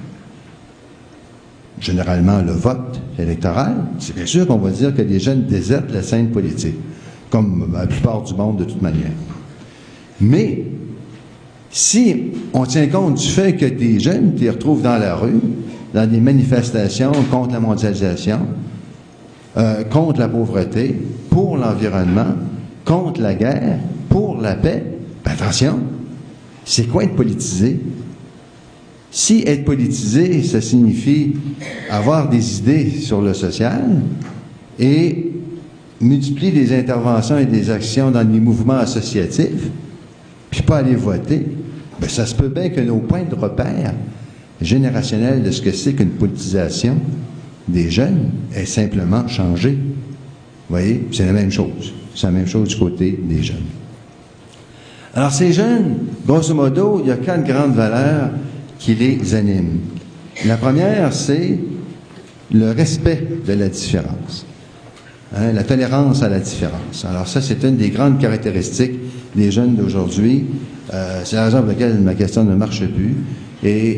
généralement le vote électoral, c'est bien sûr qu'on va dire que les jeunes désertent la scène politique, comme la plupart du monde de toute manière. Mais si on tient compte du fait que des jeunes, tu les retrouves dans la rue, dans des manifestations contre la mondialisation, contre la pauvreté, pour l'environnement, contre la guerre, pour la paix, ben attention, c'est quoi être politisé? Si être politisé, ça signifie avoir des idées sur le social et multiplier des interventions et des actions dans les mouvements associatifs, puis pas aller voter, bien, ça se peut bien que nos points de repère générationnels de ce que c'est qu'une politisation des jeunes aient simplement changé. Vous voyez? C'est la même chose. C'est la même chose du côté des jeunes. Alors, ces jeunes, grosso modo, il y a 4 grandes valeurs qui les animent. La première, c'est le respect de la différence. Hein, la tolérance à la différence. Alors ça, c'est une des grandes caractéristiques des jeunes d'aujourd'hui. C'est la raison pour laquelle ma question ne marche plus. Et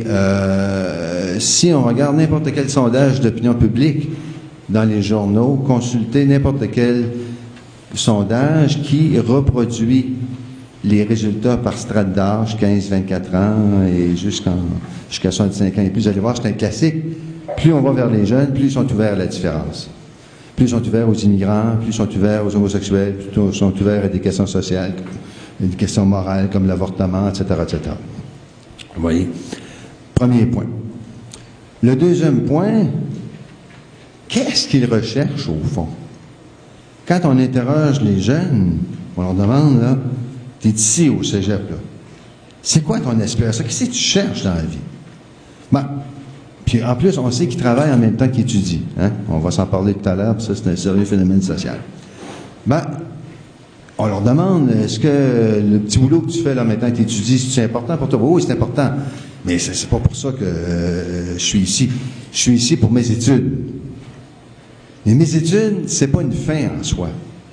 si on regarde n'importe quel sondage d'opinion publique dans les journaux, consultez n'importe quel sondage qui reproduit les résultats par strate d'âge, 15-24 ans et jusqu'à 65 ans et plus, vous allez voir, c'est un classique. Plus on va vers les jeunes, plus ils sont ouverts à la différence. Plus ils sont ouverts aux immigrants, plus ils sont ouverts aux homosexuels, plus ils sont ouverts à des questions sociales, des questions morales comme l'avortement, etc., etc. Vous voyez? Premier point. Le deuxième point, qu'est-ce qu'ils recherchent au fond? Quand on interroge les jeunes, on leur demande, là, t'es ici au cégep, là. C'est quoi ton aspiration? Qu'est-ce que tu cherches dans la vie? Ben, puis en plus, on sait qu'ils travaillent en même temps qu'ils étudient. Hein? On va s'en parler tout à l'heure, puis ça, c'est un sérieux phénomène social. Ben, on leur demande, est-ce que le petit boulot que tu fais là maintenant que tu étudies, c'est important pour toi? Oui, c'est important. Mais c'est pas pour ça que je suis ici. Je suis ici pour mes études. Mais mes études, c'est pas une fin en soi.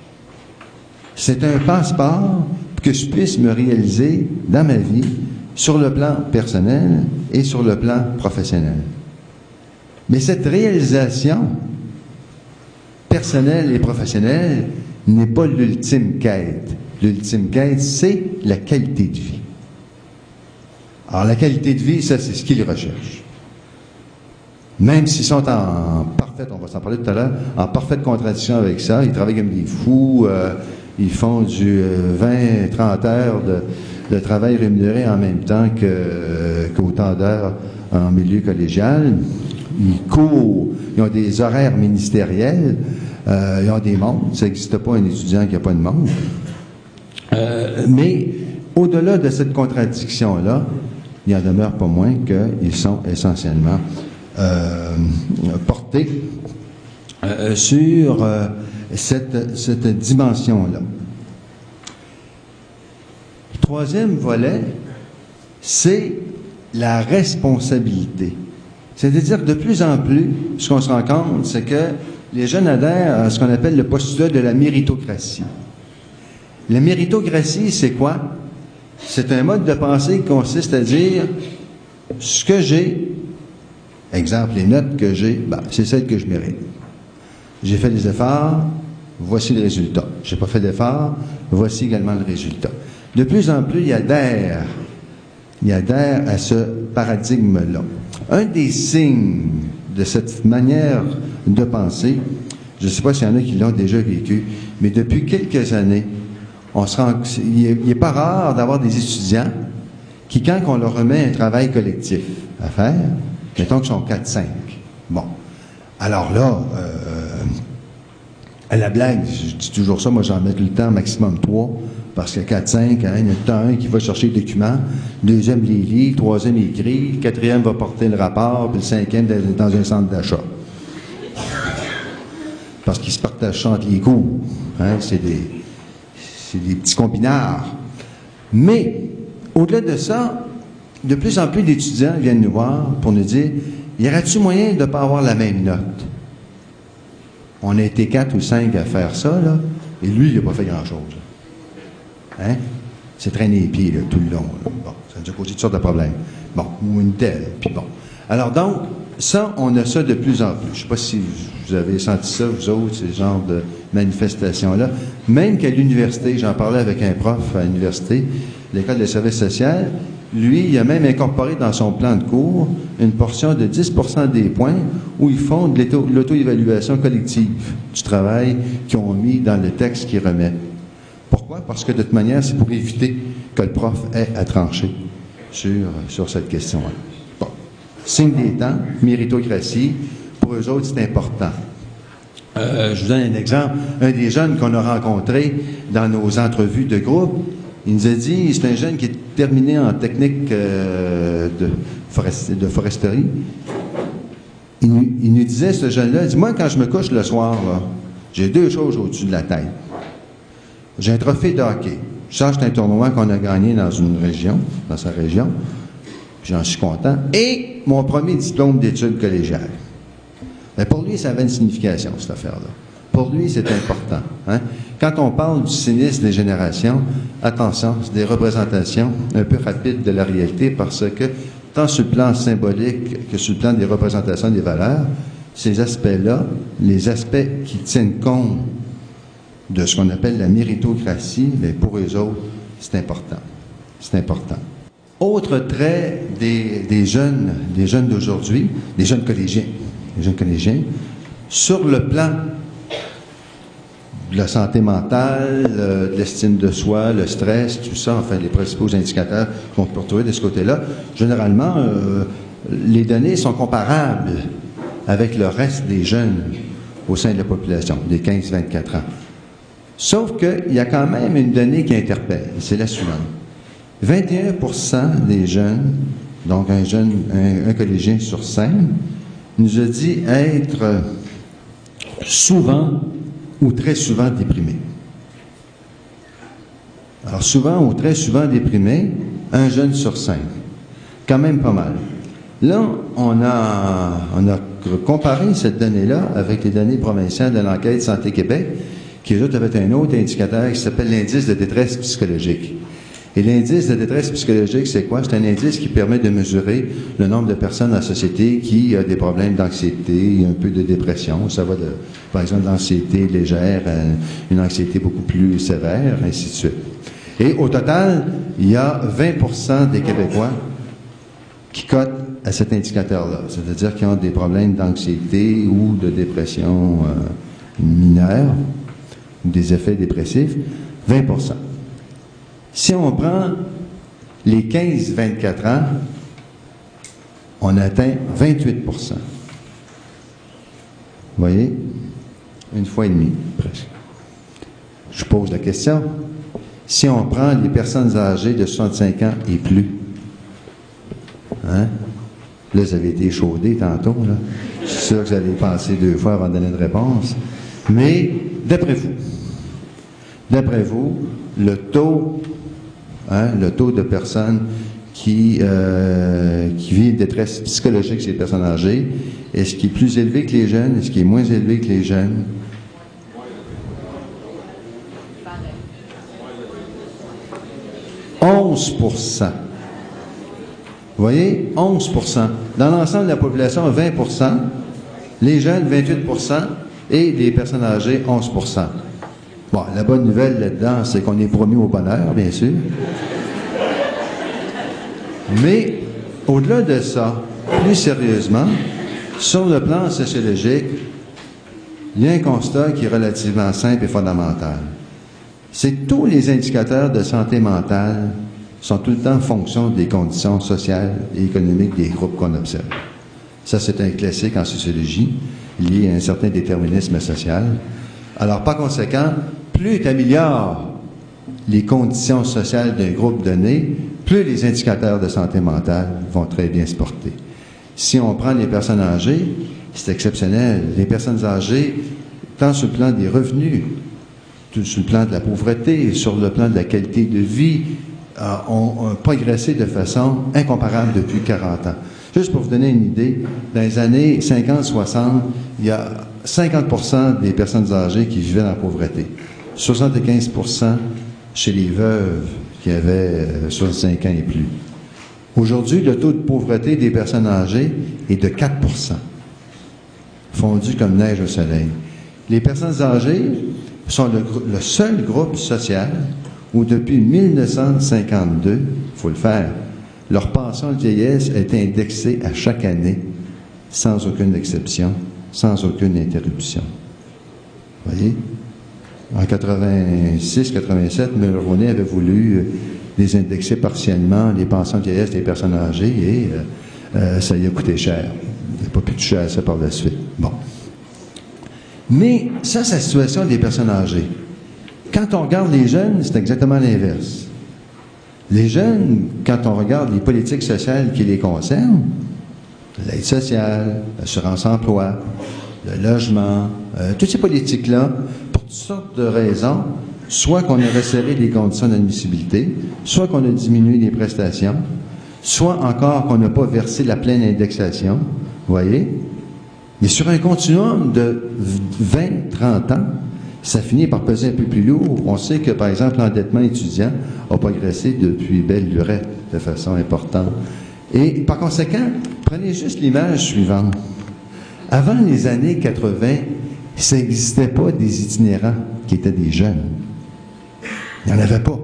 C'est un passeport pour que je puisse me réaliser dans ma vie sur le plan personnel et sur le plan professionnel. Mais cette réalisation personnelle et professionnelle n'est pas l'ultime quête. L'ultime quête, c'est la qualité de vie. Alors, la qualité de vie, ça, c'est ce qu'ils recherchent. Même s'ils sont en parfaite, on va s'en parler tout à l'heure, en parfaite contradiction avec ça, ils travaillent comme des fous, ils font du 20-30 heures de travail rémunéré en même temps qu'autant d'heures en milieu collégial. Ils courent, ils ont des horaires ministériels, ils ont des montres, ça n'existe pas un étudiant qui n'a pas de montre. Mais au-delà de cette contradiction-là, il en demeure pas moins qu'ils sont essentiellement portés sur cette dimension-là. Le troisième volet, c'est la responsabilité. C'est-à-dire que de plus en plus, ce qu'on se rend compte, c'est que les jeunes adhèrent à ce qu'on appelle le postulat de la méritocratie. La méritocratie, c'est quoi? C'est un mode de pensée qui consiste à dire ce que j'ai, exemple, les notes que j'ai, ben, c'est celles que je mérite. J'ai fait des efforts, voici le résultat. J'ai pas fait d'efforts, voici également le résultat. De plus en plus, il adhère à ce paradigme-là. Un des signes de cette manière de penser, je ne sais pas s'il y en a qui l'ont déjà vécu, mais depuis quelques années, il n'est pas rare d'avoir des étudiants qui, quand on leur remet un travail collectif à faire, mettons qu'ils sont 4-5. Bon. Alors là, à la blague, je dis toujours ça, moi j'en mets tout le temps maximum 3, parce que 4-5, hein, il y a tout le temps un qui va chercher les documents, le deuxième les lit, le troisième il écrit, le quatrième va porter le rapport, puis le cinquième dans un centre d'achat. parce qu'ils se partagent entre les cours. Hein? C'est des petits combinards. Mais, au-delà de ça, de plus en plus d'étudiants viennent nous voir pour nous dire, y aurait-il moyen de ne pas avoir la même note? On a été 4 ou 5 à faire ça, là, et lui, il n'a pas fait grand-chose. Hein? C'est traîné les pieds, là, tout le long. Là. Bon, ça nous a causé toutes sortes de problèmes. Bon, ou une telle, puis bon. Alors donc, ça, on a ça de plus en plus. Je ne sais pas si vous avez senti ça, vous autres, ces genres de manifestations-là. Même qu'à l'université, j'en parlais avec un prof à l'université, l'École des services sociaux, lui, il a même incorporé dans son plan de cours une portion de 10% des points où ils font de l'auto-évaluation collective du travail qu'ils ont mis dans le texte qu'ils remettent. Pourquoi? Parce que de toute manière, c'est pour éviter que le prof ait à trancher sur cette question-là. Bon. Signe des temps, méritocratie, pour eux autres, c'est important. Je vous donne un exemple. Un des jeunes qu'on a rencontrés dans nos entrevues de groupe, il nous a dit, c'est un jeune qui est terminé en technique de foresterie. Il nous disait, ce jeune-là, il dit, moi, quand je me couche le soir, là, j'ai 2 choses au-dessus de la tête. J'ai un trophée de hockey. Je sais que c'est un tournoi qu'on a gagné dans une région, dans sa région. J'en suis content. Et mon premier diplôme d'études collégiales. Mais pour lui, ça avait une signification, cette affaire-là. Pour lui, c'est important. Hein? Quand on parle du cynisme des générations, attention, c'est des représentations un peu rapides de la réalité parce que, tant sur le plan symbolique que sur le plan des représentations des valeurs, ces aspects-là, les aspects qui tiennent compte de ce qu'on appelle la méritocratie, mais pour eux autres, c'est important. C'est important. Autre trait des jeunes d'aujourd'hui, des jeunes collégiens, sur le plan de la santé mentale, de l'estime de soi, le stress, tout ça, enfin, les principaux indicateurs qu'on peut retrouver de ce côté-là, généralement, les données sont comparables avec le reste des jeunes au sein de la population, des 15-24 ans. Sauf qu'il y a quand même une donnée qui interpelle, c'est la suivante. 21% des jeunes, donc un collégien sur 5, nous a dit être souvent ou très souvent déprimé. Alors souvent ou très souvent déprimé, un jeune sur 5. Quand même pas mal. Là, on a comparé cette donnée-là avec les données provinciales de l'enquête Santé Québec, qui eux autres avaient un autre indicateur qui s'appelle l'indice de détresse psychologique. Et l'indice de détresse psychologique, c'est quoi? C'est un indice qui permet de mesurer le nombre de personnes dans la société qui ont des problèmes d'anxiété, un peu de dépression. Ça va de, par exemple, d'anxiété légère à une anxiété beaucoup plus sévère, ainsi de suite. Et au total, il y a 20% des Québécois qui cotent à cet indicateur-là. C'est-à-dire qu'ils ont des problèmes d'anxiété ou de dépression mineure, ou des effets dépressifs. 20%. Si on prend les 15-24 ans, on atteint 28%. Vous voyez? Une fois et demie, presque. Je pose la question. Si on prend les personnes âgées de 65 ans et plus, hein? Là, vous avez été échaudé tantôt, là. Je suis sûr que vous allez penser 2 fois avant de donner une réponse. Mais, d'après vous, le taux de personnes qui vivent détresse psychologique chez les personnes âgées, est-ce qu'il est plus élevé que les jeunes? Est-ce qu'il est moins élevé que les jeunes? « 11%. Vous voyez? 11%. Dans l'ensemble de la population, 20%. Les jeunes, 28%. Et les personnes âgées, 11%. Bon, la bonne nouvelle là-dedans, c'est qu'on est promis au bonheur, bien sûr. Mais, au-delà de ça, plus sérieusement, sur le plan sociologique, il y a un constat qui est relativement simple et fondamental. C'est que tous les indicateurs de santé mentale sont tout le temps en fonction des conditions sociales et économiques des groupes qu'on observe. Ça, c'est un classique en sociologie, lié à un certain déterminisme social. Alors, par conséquent, plus tu améliores les conditions sociales d'un groupe donné, plus les indicateurs de santé mentale vont très bien se porter. Si on prend les personnes âgées, c'est exceptionnel. Les personnes âgées, tant sur le plan des revenus, sur le plan de la pauvreté, sur le plan de la qualité de vie, ont progressé de façon incomparable depuis 40 ans. Juste pour vous donner une idée, dans les années 50-60, il y a 50% des personnes âgées qui vivaient dans la pauvreté. 75% chez les veuves qui avaient 65 ans et plus. Aujourd'hui, le taux de pauvreté des personnes âgées est de 4%, fondu comme neige au soleil. Les personnes âgées sont le seul groupe social où depuis 1952, il faut le faire, leur pension de vieillesse a été indexée à chaque année, sans aucune exception, sans aucune interruption. Vous voyez? En 86-87, Mulroney avait voulu désindexer partiellement les pensions de vieillesse des personnes âgées et ça y a coûté cher. Il n'a pas pu toucher à ça par la suite. Bon. Mais ça, c'est la situation des personnes âgées. Quand on regarde les jeunes, c'est exactement l'inverse. Les jeunes, quand on regarde les politiques sociales qui les concernent, l'aide sociale, l'assurance-emploi, le logement, toutes ces politiques-là, pour toutes sortes de raisons, soit qu'on a resserré les conditions d'admissibilité, soit qu'on a diminué les prestations, soit encore qu'on n'a pas versé la pleine indexation, vous voyez? Mais sur un continuum de 20-30 ans, ça finit par peser un peu plus lourd. On sait que, par exemple, l'endettement étudiant a progressé depuis belle lurette de façon importante. Et par conséquent, prenez juste l'image suivante. Avant les années 80, ça n'existait pas des itinérants qui étaient des jeunes. Il n'y en avait pas.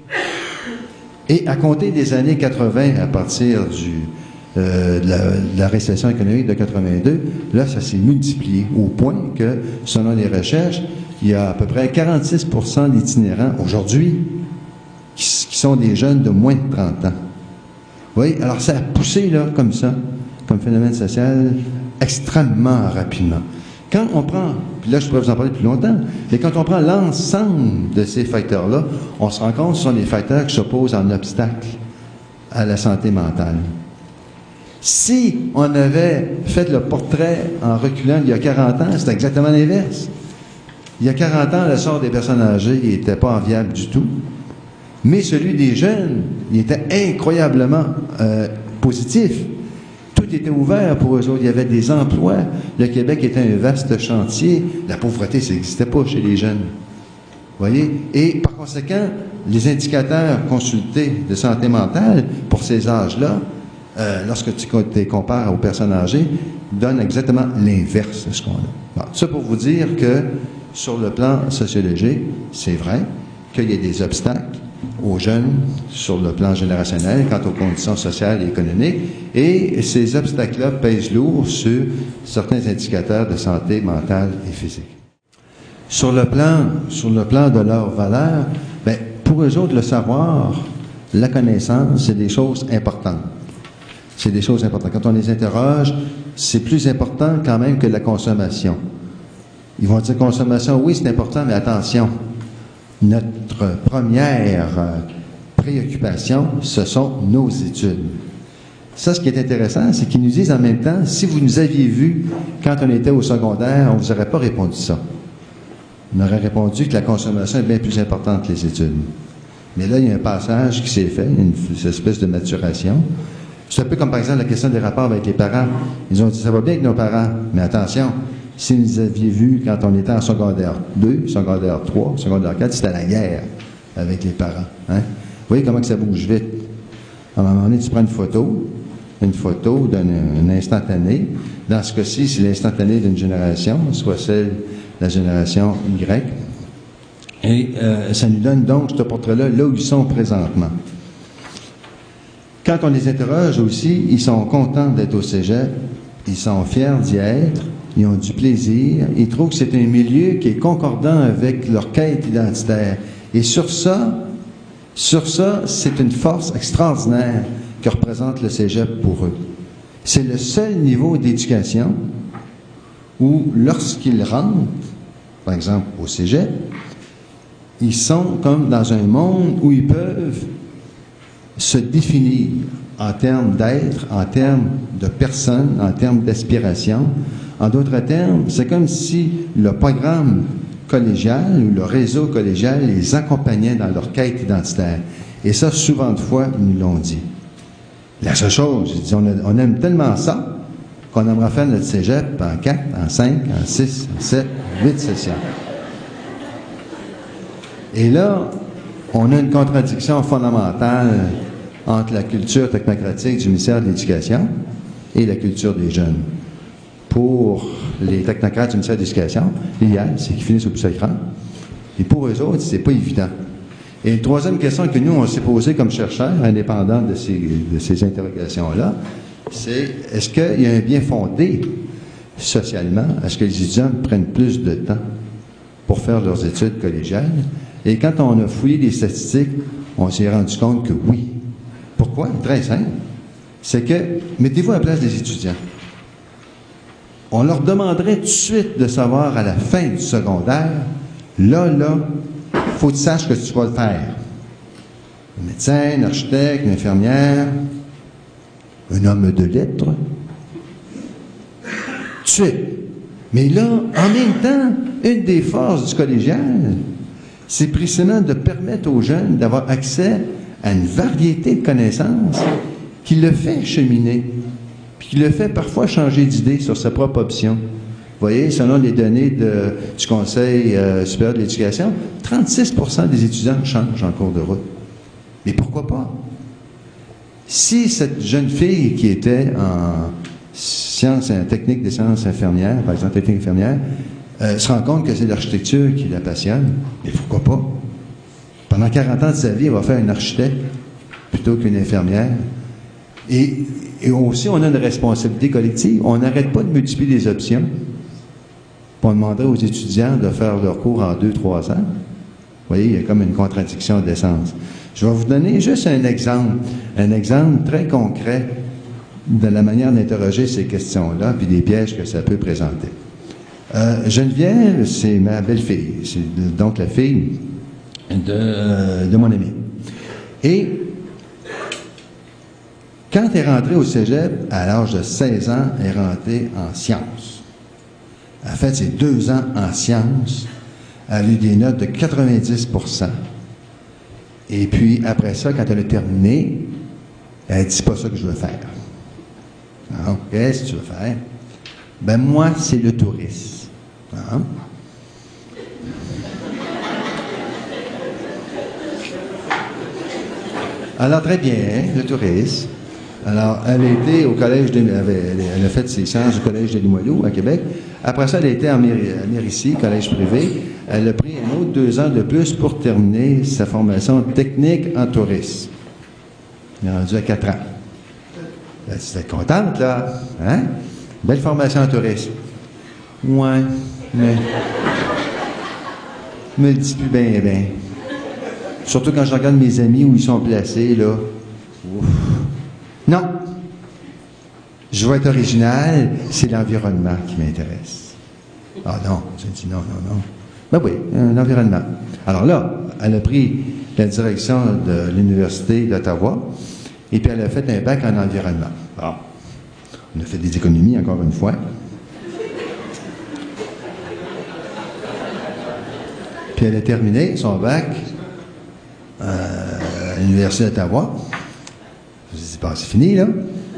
Et à compter des années 80, à partir de la récession économique de 82, là, ça s'est multiplié au point que, selon les recherches, il y a à peu près 46% d'itinérants aujourd'hui qui sont des jeunes de moins de 30 ans. Vous voyez? Alors, ça a poussé, là, comme ça, comme phénomène social, extrêmement rapidement. Quand on prend, puis là, je pourrais vous en parler plus longtemps, mais quand on prend l'ensemble de ces facteurs-là, on se rend compte que ce sont des facteurs qui s'opposent en obstacle à la santé mentale. Si on avait fait le portrait en reculant il y a 40 ans, c'était exactement l'inverse. Il y a 40 ans, le sort des personnes âgées n'était pas enviable du tout, mais celui des jeunes, il était incroyablement positif. Tout était ouvert pour eux autres. Il y avait des emplois. Le Québec était un vaste chantier. La pauvreté, ça n'existait pas chez les jeunes. Vous voyez? Et par conséquent, les indicateurs consultés de santé mentale pour ces âges-là, lorsque tu les compares aux personnes âgées, donnent exactement l'inverse de ce qu'on a. Bon, ça pour vous dire que sur le plan sociologique, c'est vrai qu'il y a des obstacles aux jeunes sur le plan générationnel quant aux conditions sociales et économiques, et ces obstacles-là pèsent lourd sur certains indicateurs de santé mentale et physique. Sur le plan de leurs valeurs, bien, pour eux autres, le savoir, la connaissance, c'est des choses importantes. C'est des choses importantes. Quand on les interroge, c'est plus important quand même que la consommation. Ils vont dire consommation, oui, c'est important, mais attention, notre première préoccupation, ce sont nos études. Ça, ce qui est intéressant, c'est qu'ils nous disent en même temps, si vous nous aviez vus quand on était au secondaire, on ne vous aurait pas répondu ça. On aurait répondu que la consommation est bien plus importante que les études. Mais là, il y a un passage qui s'est fait, une espèce de maturation. C'est un peu comme, par exemple, la question des rapports avec les parents. Ils ont dit, ça va bien avec nos parents, mais attention, si vous nous aviez vu quand on était en secondaire 2, secondaire 3, secondaire 4, c'était la guerre avec les parents. Hein? Vous voyez comment que ça bouge vite. À un moment donné, tu prends une photo d'un instantané. Dans ce cas-ci, c'est l'instantané d'une génération, soit celle de la génération Y. Et ça nous donne donc ce portrait-là, là où ils sont présentement. Quand on les interroge aussi, ils sont contents d'être au cégep, ils sont fiers d'y être, ils ont du plaisir, ils trouvent que c'est un milieu qui est concordant avec leur quête identitaire. Et sur ça, c'est une force extraordinaire que représente le cégep pour eux. C'est le seul niveau d'éducation où, lorsqu'ils rentrent, par exemple au cégep, ils sont comme dans un monde où ils peuvent se définir en termes d'être, en termes de personne, en termes d'aspiration, En d'autres termes, c'est comme si le programme collégial ou le réseau collégial les accompagnait dans leur quête identitaire. Et ça, souvent de fois, ils nous l'ont dit. La seule chose, ils disent, on aime tellement ça qu'on aimerait faire notre cégep en 4, en 5, en 6, en 7, 8 sessions. Et là, on a une contradiction fondamentale entre la culture technocratique du ministère de l'Éducation et la culture des jeunes. Pour les technocrates du ministère de l'Éducation, l'idéal, c'est qu'ils finissent au plus écran. Et pour eux autres, c'est pas évident. Et une troisième question que nous, on s'est posée comme chercheurs, indépendants de ces interrogations-là, c'est est-ce qu'il y a un bien fondé socialement à ce que les étudiants prennent plus de temps pour faire leurs études collégiales? Et quand on a fouillé les statistiques, on s'est rendu compte que oui. Pourquoi? Très simple. C'est que, mettez-vous à la place des étudiants. On leur demanderait tout de suite de savoir à la fin du secondaire, là, faut que tu saches que tu vas le faire. Un médecin, un architecte, une infirmière, un homme de lettres. Tout de suite. Mais là, en même temps, une des forces du collégial, c'est précisément de permettre aux jeunes d'avoir accès à une variété de connaissances qui le fait cheminer, puis qui le fait parfois changer d'idée sur sa propre option. Vous voyez, selon les données du Conseil supérieur de l'éducation, 36% des étudiants changent en cours de route. Mais pourquoi pas? Si cette jeune fille qui était en sciences, technique des sciences infirmières, par exemple technique infirmière, se rend compte que c'est l'architecture qui la passionne, mais pourquoi pas? Pendant 40 ans de sa vie, elle va faire une architecte plutôt qu'une infirmière. Et aussi, on a une responsabilité collective. On n'arrête pas de multiplier les options. On demanderait aux étudiants de faire leur cours en 2-3 ans. Vous voyez, il y a comme une contradiction d'essence. Je vais vous donner juste un exemple très concret de la manière d'interroger ces questions-là, puis des pièges que ça peut présenter. Geneviève, c'est ma belle-fille. C'est donc la fille de mon ami. Et quand elle est rentrée au cégep, à l'âge de 16 ans, elle est rentrée en sciences. Elle a fait ses 2 ans en sciences. Elle a eu des notes de 90%. Et puis, après ça, quand elle a terminé, elle a dit, c'est pas ça que je veux faire. Alors, qu'est-ce que tu veux faire? Ben, moi, c'est le tourisme. Hein? Alors, très bien, le tourisme. Alors, elle a été au collège elle a fait ses sciences au collège de Limoilou, à Québec. Après ça, elle a été à Mérici, collège privé. Elle a pris un autre 2 ans de plus pour terminer sa formation technique en tourisme. Elle est rendue à 4 ans. Elle était contente, là. Hein? Belle formation en tourisme. Ouais, mais... me le dis plus bien. Surtout quand je regarde mes amis où ils sont placés, là. Ouf. Non. Je veux être original, c'est l'environnement qui m'intéresse. Ah non, j'ai dit non. Ben oui, l'environnement. Alors là, elle a pris la direction de l'Université d'Ottawa et puis elle a fait un bac en environnement. Bon. On a fait des économies, encore une fois. Puis elle a terminé son bac à l'Université d'Ottawa. Je me suis dit, bon, c'est fini, là.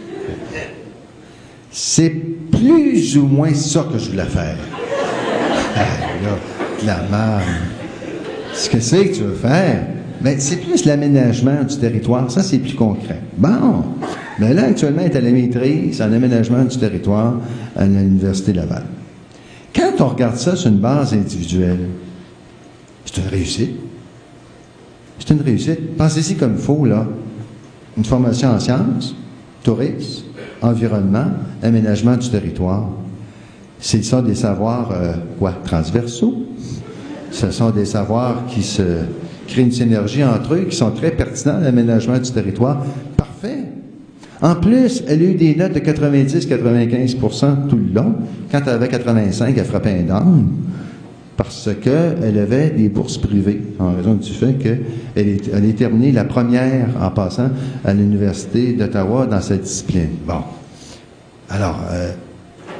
C'est plus ou moins ça que je voulais faire. Là, la merde. Ce que c'est que tu veux faire, ben, c'est plus l'aménagement du territoire. Ça, c'est plus concret. Bon. Ben là, actuellement, elle est à la maîtrise en aménagement du territoire à l'Université Laval. Quand on regarde ça sur une base individuelle, c'est une réussite. C'est une réussite. Pensez-y comme il faut, là. Une formation en sciences, tourisme, environnement, aménagement du territoire. C'est ça des savoirs, transversaux. Ce sont des savoirs qui se créent une synergie entre eux, qui sont très pertinents à l'aménagement du territoire. Parfait. En plus, elle a eu des notes de 90-95% tout le long. Quand elle avait 85, elle frappait un down. Parce qu'elle avait des bourses privées, en raison du fait qu'elle est terminée la première en passant à l'Université d'Ottawa dans cette discipline. Bon. Alors,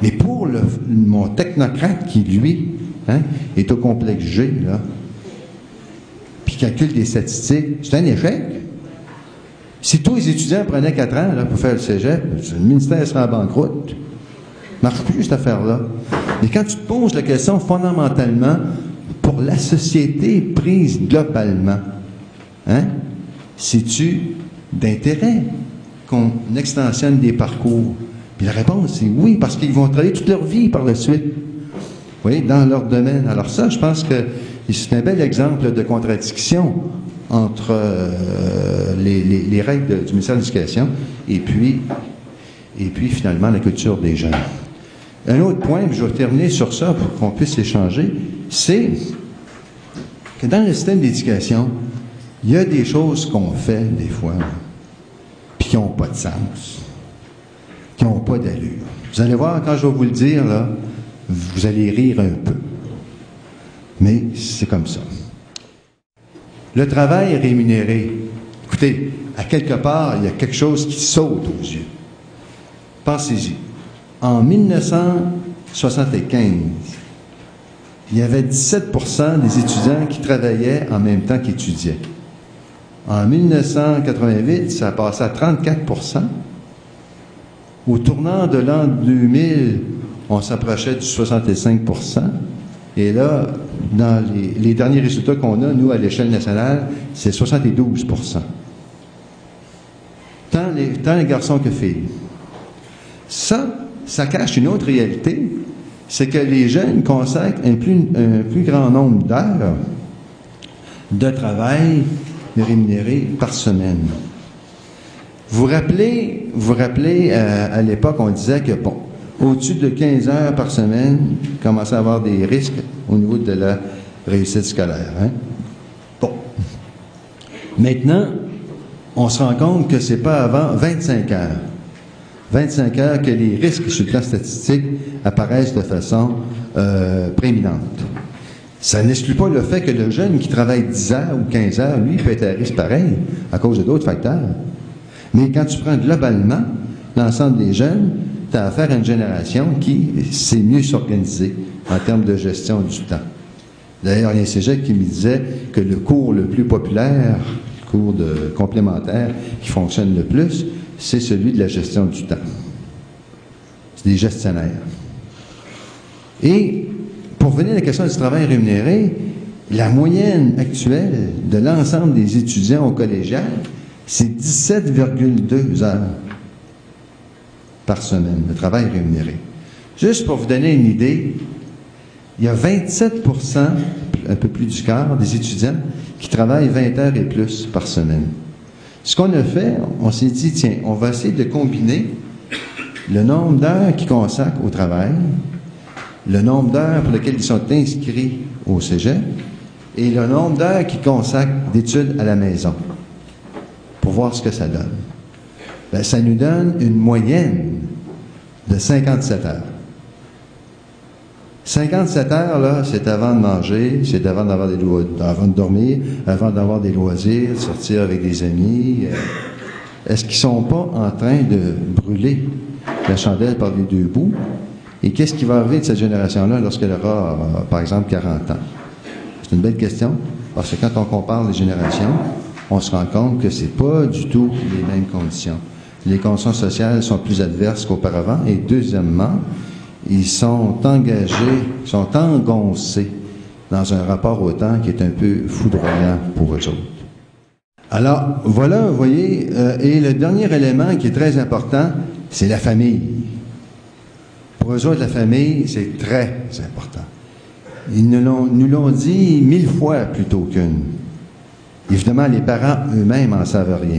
Mais pour mon technocrate qui, lui, est au complexe G, là, puis calcule des statistiques, c'est un échec. Si tous les étudiants prenaient 4 ans là, pour faire le cégep, le ministère serait en banqueroute. Ça ne marche plus, cette affaire-là. Mais quand tu te poses la question fondamentalement, pour la société prise globalement, c'est-tu d'intérêt qu'on extensionne des parcours? Puis la réponse, c'est oui, parce qu'ils vont travailler toute leur vie par la suite. Oui, dans leur domaine. Alors ça, je pense que c'est un bel exemple de contradiction entre les règles du ministère de l'Éducation et puis finalement la culture des jeunes. Un autre point, puis je vais terminer sur ça pour qu'on puisse échanger, c'est que dans le système d'éducation, il y a des choses qu'on fait des fois, puis qui n'ont pas de sens, qui n'ont pas d'allure. Vous allez voir, quand je vais vous le dire, là, vous allez rire un peu. Mais c'est comme ça. Le travail rémunéré. Écoutez, à quelque part, il y a quelque chose qui saute aux yeux. Pensez-y. En 1975, il y avait 17% des étudiants qui travaillaient en même temps qu'étudiaient. En 1988, ça a passé à 34%. Au tournant de l'an 2000, on s'approchait du 65%. Et là, dans les derniers résultats qu'on a, nous, à l'échelle nationale, c'est 72%. Tant les garçons que filles. Ça cache une autre réalité, c'est que les jeunes consacrent un plus grand nombre d'heures de travail rémunéré par semaine. Vous rappelez, à l'époque, on disait que, bon, au-dessus de 15 heures par semaine, commençait à avoir des risques au niveau de la réussite scolaire. Bon. Maintenant, on se rend compte que c'est pas avant 25 heures. 25 heures que les risques sur le plan statistique apparaissent de façon prééminente. Ça n'exclut pas le fait que le jeune qui travaille 10 heures ou 15 heures, lui, peut être à risque pareil à cause de d'autres facteurs. Mais quand tu prends globalement l'ensemble des jeunes, tu as affaire à une génération qui sait mieux s'organiser en termes de gestion du temps. D'ailleurs, il y a un cégep qui me disait que le cours le plus populaire, le cours complémentaire qui fonctionne le plus, c'est celui de la gestion du temps. C'est des gestionnaires. Et pour revenir à la question du travail rémunéré, la moyenne actuelle de l'ensemble des étudiants au collégial, c'est 17,2 heures par semaine de travail rémunéré. Juste pour vous donner une idée, il y a 27%, un peu plus du quart, des étudiants qui travaillent 20 heures et plus par semaine. Ce qu'on a fait, on s'est dit, tiens, on va essayer de combiner le nombre d'heures qu'ils consacrent au travail, le nombre d'heures pour lesquelles ils sont inscrits au cégep et le nombre d'heures qu'ils consacrent d'études à la maison pour voir ce que ça donne. Bien, ça nous donne une moyenne de 57 heures. 57 heures, là, c'est avant de manger, c'est avant d'avoir avant de dormir, avant d'avoir des loisirs, de sortir avec des amis. Est-ce qu'ils ne sont pas en train de brûler la chandelle par les deux bouts? Et qu'est-ce qui va arriver de cette génération-là lorsqu'elle aura, par exemple, 40 ans? C'est une belle question, parce que quand on compare les générations, on se rend compte que ce n'est pas du tout les mêmes conditions. Les conditions sociales sont plus adverses qu'auparavant. Et deuxièmement, ils sont engagés, sont engoncés dans un rapport au temps qui est un peu foudroyant pour eux autres. Alors, voilà, vous voyez, et le dernier élément qui est très important, c'est la famille. Pour eux autres, la famille, c'est très important. Ils nous l'ont dit 1000 fois plutôt qu'une. Évidemment, les parents eux-mêmes n'en savent rien.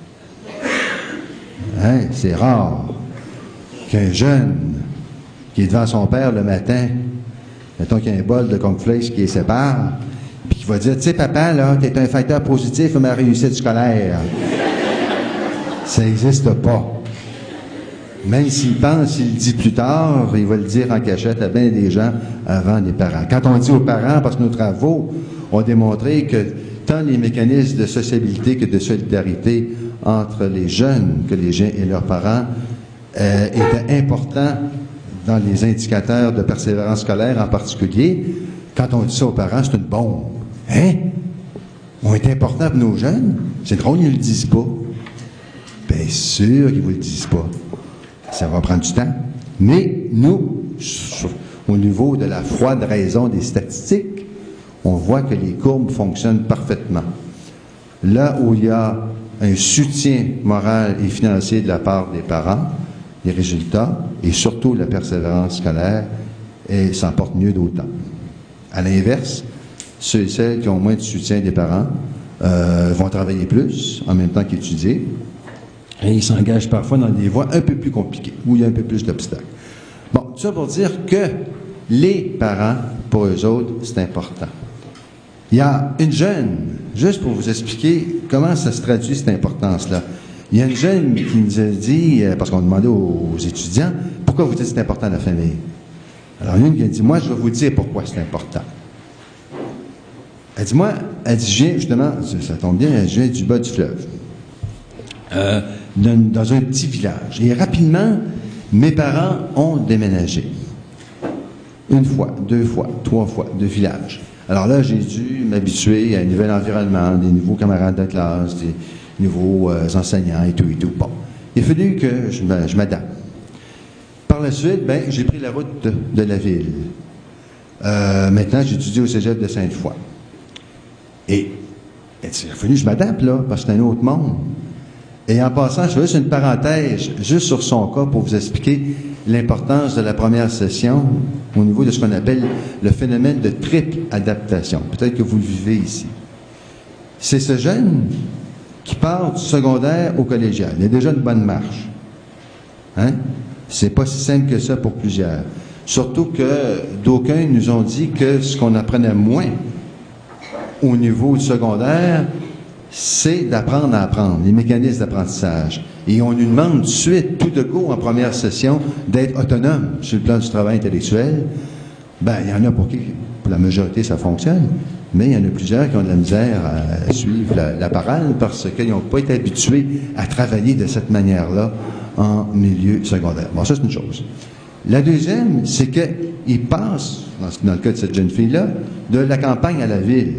C'est rare qu'un jeune qui est devant son père le matin, mettons qu'il y a un bol de cornflakes qui les sépare, puis qui va dire, tu sais, papa, là, t'es un facteur positif à ma réussite scolaire. Ça n'existe pas. Même s'il pense, s'il le dit plus tard, il va le dire en cachette à bien des gens avant les parents. Quand on dit aux parents, parce que nos travaux ont démontré que tant les mécanismes de sociabilité que de solidarité entre les jeunes que les gens et leurs parents étaient importants dans les indicateurs de persévérance scolaire en particulier, quand on dit ça aux parents, c'est une bombe. Hein? On est important pour nos jeunes? C'est drôle, ils ne le disent pas. Bien sûr qu'ils ne vous le disent pas. Ça va prendre du temps. Mais nous, au niveau de la froide raison des statistiques, on voit que les courbes fonctionnent parfaitement. Là où il y a un soutien moral et financier de la part des parents, les résultats, et surtout la persévérance scolaire, s'en portent mieux d'autant. À l'inverse, ceux et celles qui ont moins de soutien des parents vont travailler plus en même temps qu'étudier, et ils s'engagent parfois dans des voies un peu plus compliquées, où il y a un peu plus d'obstacles. Bon, tout ça pour dire que les parents, pour eux autres, c'est important. Il y a une jeune, juste pour vous expliquer comment ça se traduit, cette importance-là. Il y a une jeune qui nous a dit, parce qu'on demandait aux étudiants, pourquoi vous dites que c'est important la famille? Alors, une qui a dit, moi, je vais vous dire pourquoi c'est important. Elle dit, je viens, justement, ça tombe bien, je viens du bas du fleuve, dans un petit village. Et rapidement, mes parents ont déménagé. Une fois, 2 fois, 3 fois, de village. Alors là, j'ai dû m'habituer à un nouvel environnement, des nouveaux camarades de classe, des nouveaux enseignants et tout. Bon, il a fallu que je m'adapte. Par la suite, j'ai pris la route de la ville. Maintenant, j'étudie au cégep de Sainte-Foy. Et il a fallu que je m'adapte, là, parce que c'est un autre monde. Et en passant, je fais juste une parenthèse, juste sur son cas, pour vous expliquer l'importance de la première session au niveau de ce qu'on appelle le phénomène de triple adaptation. Peut-être que vous le vivez ici. C'est ce jeune qui part du secondaire au collégial. Il a déjà une bonne marche. Hein? C'est pas si simple que ça pour plusieurs. Surtout que d'aucuns nous ont dit que ce qu'on apprenait moins au niveau du secondaire, c'est d'apprendre à apprendre, les mécanismes d'apprentissage. Et on nous demande tout de suite, tout de go, en première session, d'être autonome sur le plan du travail intellectuel. Il y en a pour qui, pour la majorité, ça fonctionne, mais il y en a plusieurs qui ont de la misère à suivre la parole parce qu'ils n'ont pas été habitués à travailler de cette manière-là en milieu secondaire. Bon, ça, c'est une chose. La deuxième, c'est qu'ils passent, dans le cas de cette jeune fille-là, de la campagne à la ville.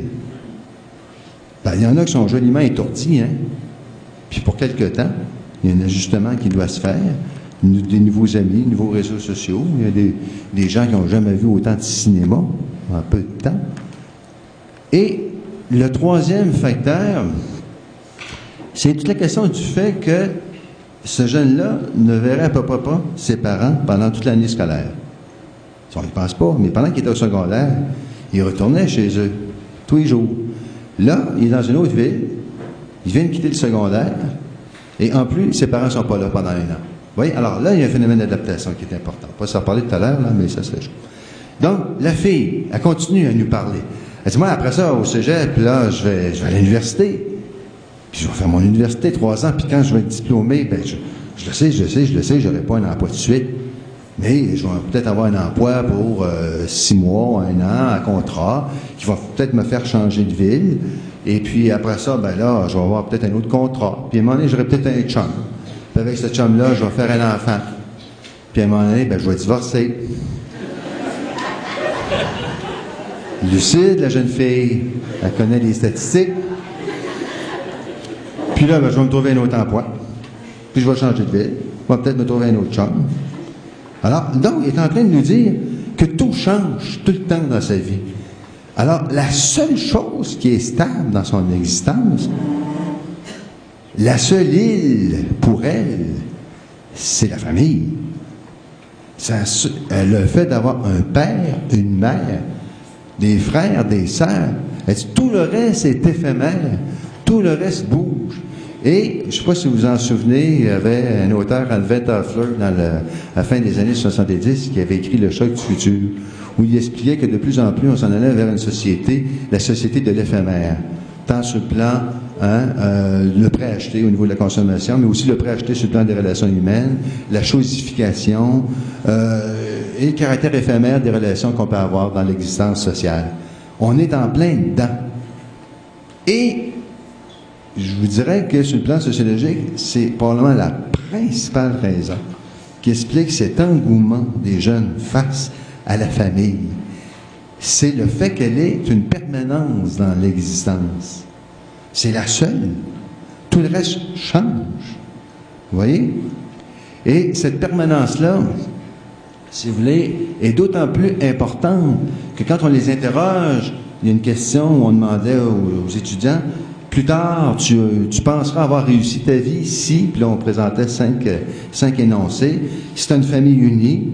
Il y en a qui sont joliment étourdis, hein? Puis pour quelque temps, il y a un ajustement qui doit se faire, des nouveaux amis, de nouveaux réseaux sociaux. Il y a des gens qui n'ont jamais vu autant de cinéma en peu de temps. Et le troisième facteur, c'est toute la question du fait que ce jeune-là ne verrait à peu près pas ses parents pendant toute l'année scolaire. On n'y pense pas, mais pendant qu'il était au secondaire, il retournait chez eux tous les jours. Là, il est dans une autre ville, il vient de quitter le secondaire, et en plus, ses parents ne sont pas là pendant 1 an. Vous voyez? Alors là, il y a un phénomène d'adaptation qui est important. On va s'en reparler tout à l'heure, là, mais ça, c'est chaud. Donc, la fille, elle continue à nous parler. Elle dit, moi, après ça, au cégep, là, je vais à l'université. Puis je vais faire mon université 3 ans, puis quand je vais être diplômé, je le sais, je n'aurai pas un emploi tout de suite. Mais je vais peut-être avoir un emploi pour 6 mois, 1 an, un contrat, qui va peut-être me faire changer de ville. Et puis après ça, là, je vais avoir peut-être un autre contrat. Puis à un moment donné, j'aurai peut-être un chum. Puis avec ce chum-là, je vais faire un enfant. Puis à un moment donné, je vais divorcer. Lucide, la jeune fille, elle connaît les statistiques. Puis là, je vais me trouver un autre emploi. Puis je vais changer de ville. Je vais peut-être me trouver un autre chum. Alors, donc, il est en train de nous dire que tout change tout le temps dans sa vie. Alors, la seule chose qui est stable dans son existence, la seule île pour elle, c'est la famille. Le fait d'avoir un père, une mère, des frères, des sœurs, tout le reste est éphémère, tout le reste bouge. Et, je ne sais pas si vous vous en souvenez, il y avait un auteur, Alvin Toffler, à la fin des années 70, qui avait écrit Le choc du futur, où il expliquait que de plus en plus, on s'en allait vers une société, la société de l'éphémère, tant sur le plan, le prêt-acheté au niveau de la consommation, mais aussi le prêt-acheté sur le plan des relations humaines, la chosification, et le caractère éphémère des relations qu'on peut avoir dans l'existence sociale. On est en plein dedans. Et je vous dirais que sur le plan sociologique, c'est probablement la principale raison qui explique cet engouement des jeunes face à la famille. C'est le fait qu'elle est une permanence dans l'existence. C'est la seule. Tout le reste change. Vous voyez? Et cette permanence-là, si vous voulez, est d'autant plus importante que quand on les interroge, il y a une question où on demandait aux étudiants, plus tard, tu penseras avoir réussi ta vie si, puis là on présentait cinq énoncés, si tu as une famille unie,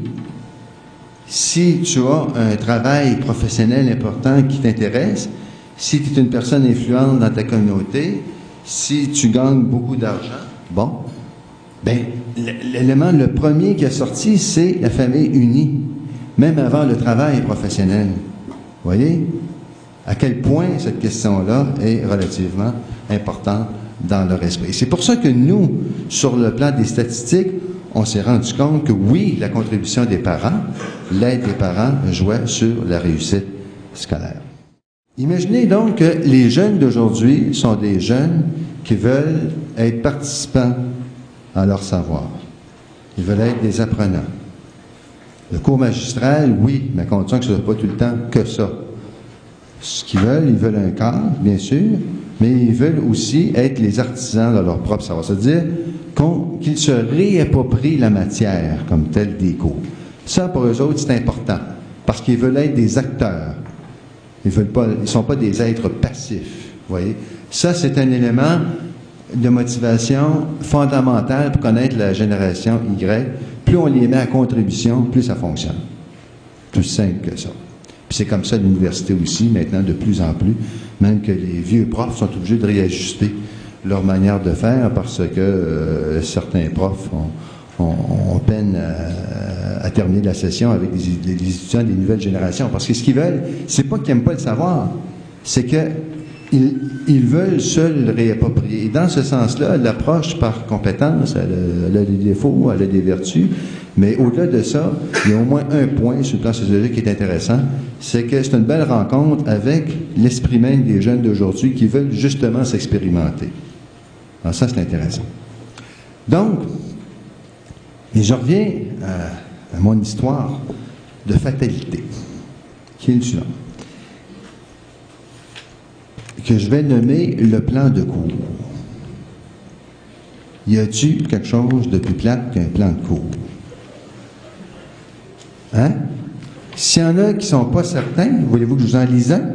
si tu as un travail professionnel important qui t'intéresse, si tu es une personne influente dans ta communauté, si tu gagnes beaucoup d'argent, bon, bien, l'élément, le premier qui est sorti, c'est la famille unie, même avant le travail professionnel. Vous voyez? À quel point cette question-là est relativement importante dans leur esprit. C'est pour ça que nous, sur le plan des statistiques, on s'est rendu compte que oui, la contribution des parents, l'aide des parents jouait sur la réussite scolaire. Imaginez donc que les jeunes d'aujourd'hui sont des jeunes qui veulent être participants à leur savoir. Ils veulent être des apprenants. Le cours magistral, oui, mais à condition que ce ne soit pas tout le temps que ça. Ce qu'ils veulent, ils veulent un cadre, bien sûr, mais ils veulent aussi être les artisans de leur propre savoir. C'est-à-dire qu'ils se réapproprient la matière comme telle des cours. Ça, pour eux autres, c'est important, parce qu'ils veulent être des acteurs. Ils ne sont pas des êtres passifs. Vous voyez? Ça, c'est un élément de motivation fondamentale pour connaître la génération Y. Plus on les met à contribution, plus ça fonctionne. Plus simple que ça. Puis c'est comme ça à l'université aussi, maintenant, de plus en plus, même que les vieux profs sont obligés de réajuster leur manière de faire parce que certains profs ont peine à terminer la session avec les étudiants des nouvelles générations. Parce que ce qu'ils veulent, c'est pas qu'ils n'aiment pas le savoir, c'est qu'ils veulent seuls le réapproprier. Et dans ce sens-là, l'approche par compétence, elle a des défauts, elle a des vertus, mais au-delà de ça, il y a au moins un point sur le plan sociologique qui est intéressant, c'est que c'est une belle rencontre avec l'esprit même des jeunes d'aujourd'hui qui veulent justement s'expérimenter. Alors ça, c'est intéressant. Donc, et je reviens à mon histoire de fatalité, qui est le suivant, que je vais nommer le plan de cours. Y a-t-il quelque chose de plus plate qu'un plan de cours? Hein? S'il y en a qui ne sont pas certains, voulez-vous que je vous en lise un?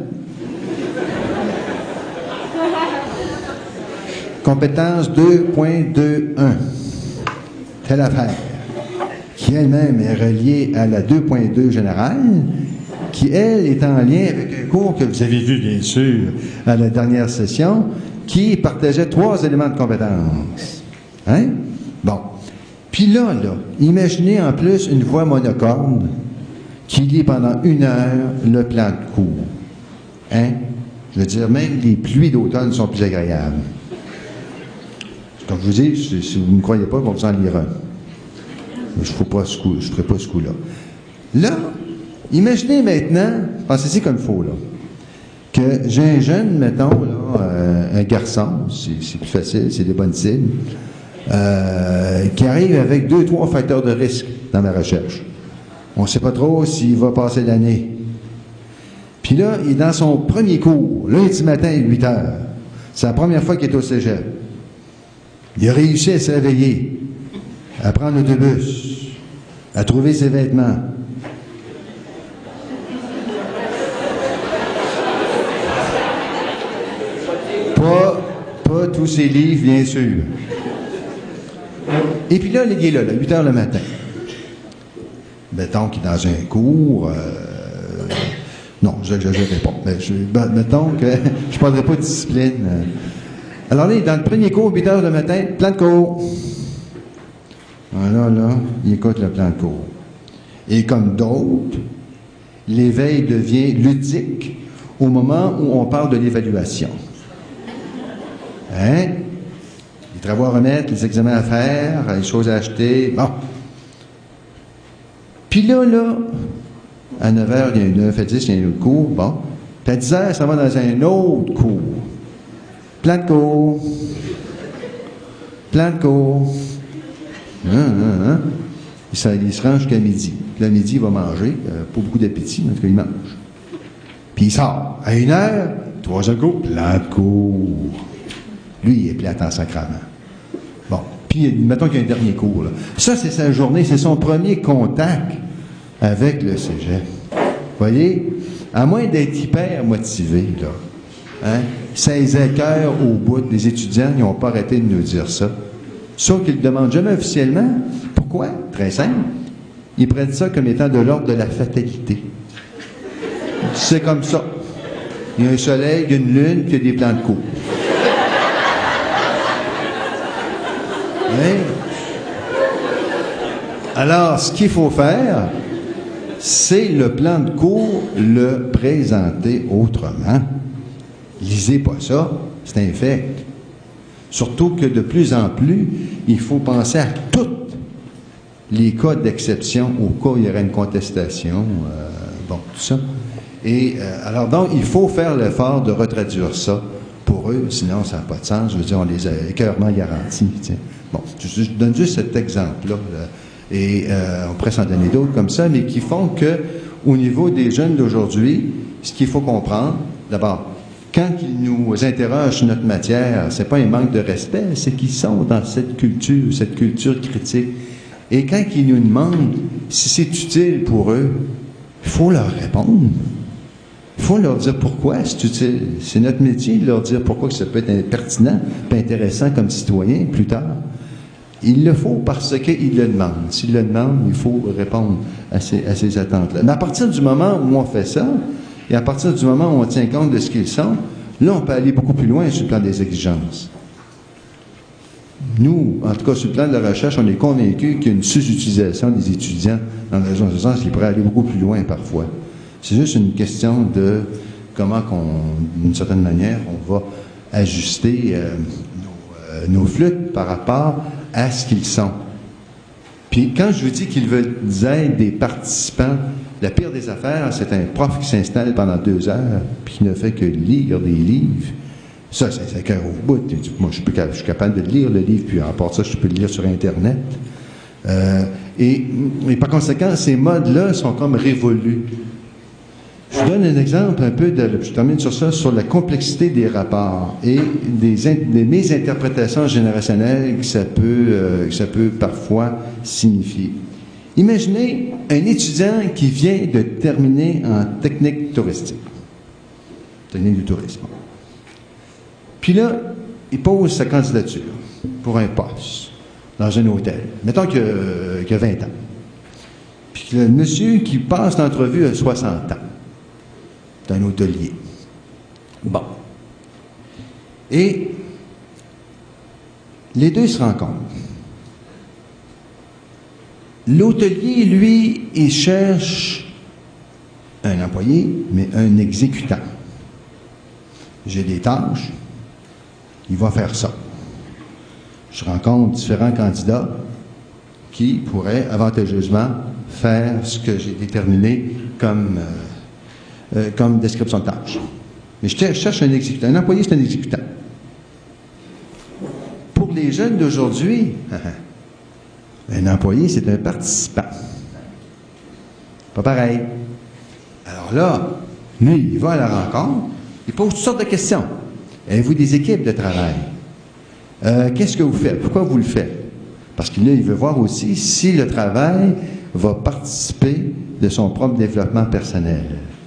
Compétence 2.21. Telle affaire, qui elle-même est reliée à la 2.2 générale, qui, elle, est en lien avec un cours que vous avez vu, bien sûr, à la dernière session, qui partageait 3 éléments de compétence. Hein? Bon. Puis là, imaginez en plus une voix monocorde qui lit pendant 1 heure le plan de cours. Hein? Je veux dire, même les pluies d'automne sont plus agréables. Comme je vous dis, si vous ne me croyez pas, on vous en lira un. Mais je ne ferai pas ce coup-là. Là, imaginez maintenant, pensez-y comme il faut, là, que j'ai un jeune, mettons, là, un garçon, c'est plus facile, c'est des bonnes cibles, qui arrive avec 2-3 facteurs de risque dans ma recherche. On ne sait pas trop s'il va passer l'année. Puis là, il est dans son premier cours, lundi matin à 8 heures. C'est la première fois qu'il est au cégep. Il a réussi à se réveiller, à prendre l'autobus, à trouver ses vêtements. Pas tous ses livres, bien sûr. Et puis là, il est là, 8 heures le matin. Mettons qu'il est dans un cours. Non, je réponds. Mettons que je ne prendrai pas de discipline. Alors là, il est dans le premier cours, 8 heures le matin, plan de cours. Là, il écoute le plan de cours. Et comme d'autres, l'éveil devient ludique au moment où on parle de l'évaluation. Hein? Les travaux à remettre, les examens à faire, les choses à acheter. Bon. Puis là, à 9h, il y a 9 à 10, il y a un autre cours. Bon. Puis à 10h, ça va dans un autre cours. Plan de cours. Plan de cours. Il se rend jusqu'à midi. Puis là, midi, il va manger. Pas beaucoup d'appétit, mais en tout cas, il mange. Puis il sort. À 1h, 3 heures de cours, plan de cours. Lui, il est plate en sacrament. Bon. Puis, mettons qu'il y a un dernier cours, là. Ça, c'est sa journée. C'est son premier contact avec le cégep. Vous voyez? À moins d'être hyper motivé, là. Hein? 16 équerres au bout. Les étudiants, ils n'ont pas arrêté de nous dire ça. Sauf qu'ils ne le demandent jamais officiellement. Pourquoi? Très simple. Ils prennent ça comme étant de l'ordre de la fatalité. C'est comme ça. Il y a un soleil, il y a une lune, puis il y a des plans de cours. Oui. Alors, ce qu'il faut faire, c'est le plan de cours, le présenter autrement. Lisez pas ça, c'est un fait. Surtout que de plus en plus, il faut penser à tous les cas d'exception au cas où il y aurait une contestation, tout ça. Et alors donc, il faut faire l'effort de retraduire ça pour eux, sinon ça n'a pas de sens. Je veux dire, on les a écœurement garantis. Tiens. Bon, je donne juste cet exemple-là, et on pourrait s'en donner d'autres comme ça, mais qui font que, au niveau des jeunes d'aujourd'hui, ce qu'il faut comprendre, d'abord, quand ils nous interrogent sur notre matière, c'est pas un manque de respect, c'est qu'ils sont dans cette culture critique. Et quand ils nous demandent si c'est utile pour eux, il faut leur répondre. Il faut leur dire pourquoi c'est utile. C'est notre métier de leur dire pourquoi ça peut être pertinent, pas intéressant comme citoyen plus tard. Il le faut parce qu'ils le demandent. S'ils le demandent, il faut répondre à ces attentes-là. Mais à partir du moment où on fait ça, et à partir du moment où on tient compte de ce qu'ils sont, là, on peut aller beaucoup plus loin sur le plan des exigences. Nous, en tout cas, sur le plan de la recherche, on est convaincus qu'il y a une sous-utilisation des étudiants dans la région de sens qui pourrait aller beaucoup plus loin parfois. C'est juste une question de comment, d'une certaine manière, on va ajuster nos flûtes par rapport à ce qu'ils sont. Puis quand je vous dis qu'ils veulent être des participants, la pire des affaires, c'est un prof qui s'installe pendant 2 heures puis qui ne fait que lire des livres. Ça, c'est un cœur au bout. Moi, je suis capable de lire le livre, puis à part ça, je peux le lire sur Internet. Et par conséquent, ces modes-là sont comme révolus. Je vous donne un exemple un peu, je termine sur ça, sur la complexité des rapports et des mésinterprétations générationnelles que ça peut parfois signifier. Imaginez un étudiant qui vient de terminer en technique touristique, technique du tourisme. Puis là, il pose sa candidature pour un poste dans un hôtel. Mettons qu'il a 20 ans. Puis le monsieur qui passe l'entrevue a 60 ans. C'est un hôtelier. Bon. Et les deux se rencontrent. L'hôtelier, lui, il cherche un employé, mais un exécutant. J'ai des tâches, il va faire ça. Je rencontre différents candidats qui pourraient avantageusement faire ce que j'ai déterminé comme description de tâche. Mais je cherche un exécutant. Un employé, c'est un exécutant. Pour les jeunes d'aujourd'hui, un employé, c'est un participant. Pas pareil. Alors là, lui, il va à la rencontre, il pose toutes sortes de questions. Avez-vous des équipes de travail? Qu'est-ce que vous faites? Pourquoi vous le faites? Parce que là, il veut voir aussi si le travail va participer de son propre développement personnel.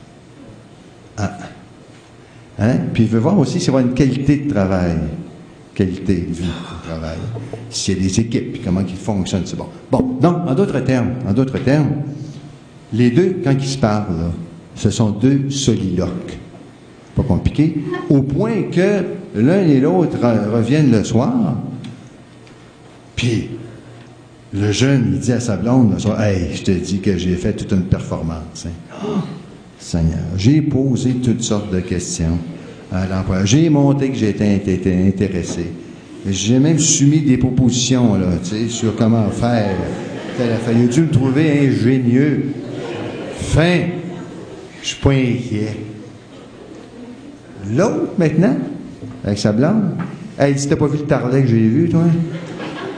Hein? Puis il veut voir aussi s'il va y avoir une qualité de travail. Qualité de vie au travail. S'il y a des équipes, puis comment ils fonctionnent, c'est bon. Bon, donc, en d'autres termes, les deux, quand ils se parlent, là, ce sont deux soliloques. Pas compliqué. Au point que l'un et l'autre reviennent le soir, puis le jeune, il dit à sa blonde, « Hey, je te dis que j'ai fait toute une performance. Hein. Oh, Seigneur, j'ai posé toutes sortes de questions à l'employeur. J'ai montré que j'étais intéressé. J'ai même soumis des propositions là, sur comment faire. Il a dû me trouver ingénieux. Fin, je suis pas inquiet. » L'autre, maintenant, avec sa blonde, elle dit, t'as pas vu le tarlet que j'ai vu, toi?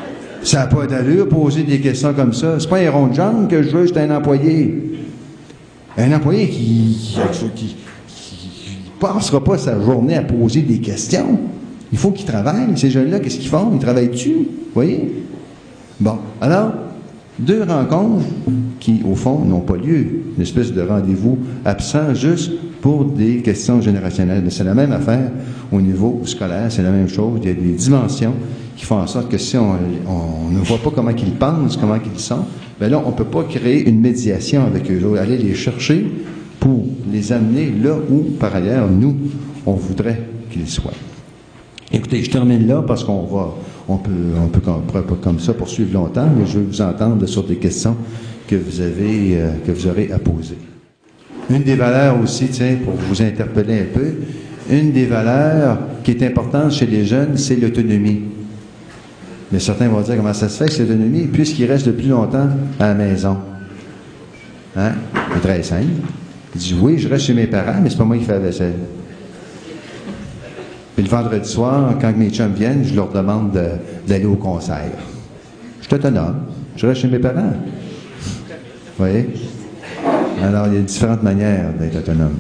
Ça n'a pas d'allure poser des questions comme ça. C'est pas un rond de jambe que je veux, c'est un employé. Un employé qui passera pas sa journée à poser des questions. Il faut qu'ils travaillent. Ces jeunes-là, qu'est-ce qu'ils font? Ils travaillent-tu? Vous voyez? Bon, alors, 2 rencontres qui, au fond, n'ont pas lieu. Une espèce de rendez-vous absent juste pour des questions générationnelles. Mais c'est la même affaire au niveau scolaire, c'est la même chose. Il y a des dimensions qui font en sorte que si on ne voit pas comment ils pensent, comment ils sont, bien là, on ne peut pas créer une médiation avec eux, aller les chercher pour les amener là où, par ailleurs, nous, on voudrait qu'ils soient. Écoutez, je termine là parce on peut comme ça poursuivre longtemps, mais je veux vous entendre sur des questions que vous aurez à poser. Une des valeurs aussi, tiens, pour vous interpeller un peu, une des valeurs qui est importante chez les jeunes, c'est l'autonomie. Mais certains vont dire comment ça se fait que c'est l'autonomie, puisqu'ils restent le plus longtemps à la maison. Hein? C'est très simple. Il dit, oui, je reste chez mes parents, mais c'est pas moi qui fais la vaisselle. Puis le vendredi soir, quand mes chums viennent, je leur demande d'aller au concert. Je suis autonome. Je reste chez mes parents. Vous voyez? Alors, il y a différentes manières d'être autonome.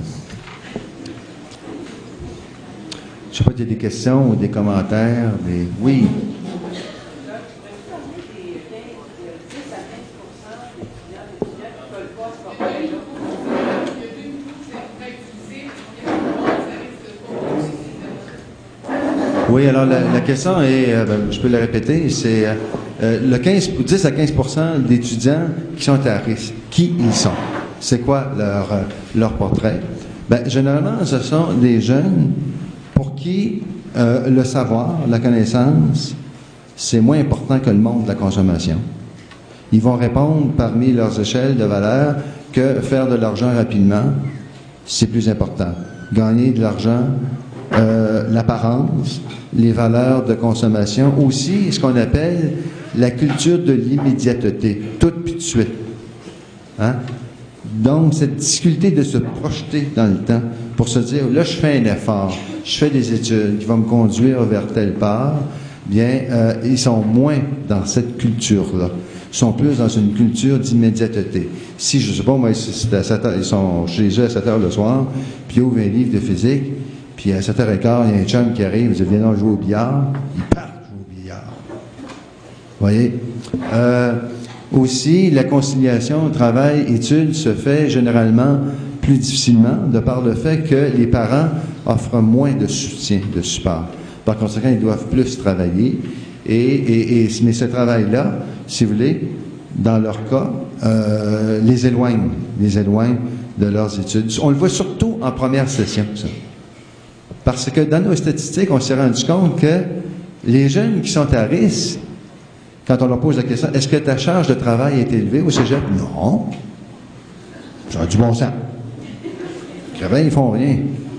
Je ne sais pas s'il y a des questions ou des commentaires. Oui. Oui, alors la question est, je peux la répéter, c'est le 10 à 15% d'étudiants qui sont à risque. Qui ils sont? C'est quoi leur portrait? Généralement, ce sont des jeunes pour qui le savoir, la connaissance, c'est moins important que le monde de la consommation. Ils vont répondre parmi leurs échelles de valeur que faire de l'argent rapidement, c'est plus important. Gagner de l'argent, l'apparence, les valeurs de consommation, aussi ce qu'on appelle la culture de l'immédiateté, tout puis de suite. Hein? Donc, cette difficulté de se projeter dans le temps pour se dire, là, je fais un effort, je fais des études qui vont me conduire vers telle part, bien, ils sont moins dans cette culture-là. Ils sont plus dans une culture d'immédiateté. Si, je ne sais pas, moi, ils sont chez eux à 7 heures le soir, puis ils ouvrent un livre de physique, puis à 7h15, il y a un chum qui arrive, il dit, viens donc jouer au billard. Ils partent jouer au billard. Vous voyez? Aussi, la conciliation travail-études se fait généralement plus difficilement, de par le fait que les parents offrent moins de soutien, de support. Par conséquent, ils doivent plus travailler. Mais ce travail-là, si vous voulez, dans leur cas, les éloigne de leurs études. On le voit surtout en première session, ça. Parce que dans nos statistiques, on s'est rendu compte que les jeunes qui sont à risque, quand on leur pose la question, est-ce que ta charge de travail est élevée au cégep? Non. Ça a du bon sens. Ils font rien.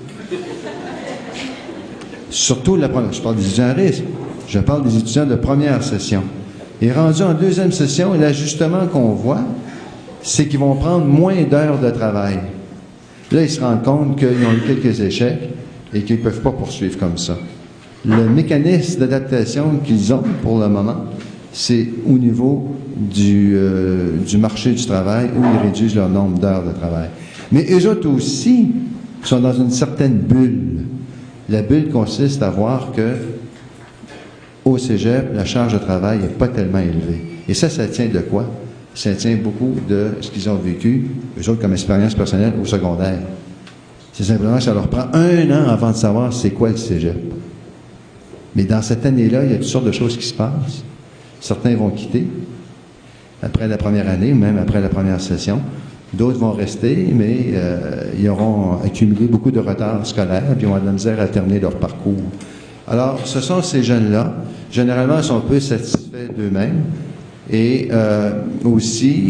Surtout, je parle des étudiants à risque, je parle des étudiants de première session. Et rendu en deuxième session, l'ajustement qu'on voit, c'est qu'ils vont prendre moins d'heures de travail. Là, ils se rendent compte qu'ils ont eu quelques échecs et qu'ils ne peuvent pas poursuivre comme ça. Le mécanisme d'adaptation qu'ils ont pour le moment, c'est au niveau du marché du travail où ils réduisent leur nombre d'heures de travail. Mais eux autres aussi sont dans une certaine bulle. La bulle consiste à voir que au cégep, la charge de travail n'est pas tellement élevée. Et ça tient de quoi? Ça tient beaucoup de ce qu'ils ont vécu, eux autres, comme expérience personnelle au secondaire. C'est simplement que ça leur prend 1 an avant de savoir c'est quoi le cégep. Mais dans cette année-là, il y a toutes sortes de choses qui se passent. Certains vont quitter après la première année, ou même après la première session. D'autres vont rester, mais ils auront accumulé beaucoup de retard scolaire, puis ils vont avoir de la misère à terminer leur parcours. Alors, ce sont ces jeunes-là. Généralement, ils sont peu satisfaits d'eux-mêmes. Et aussi,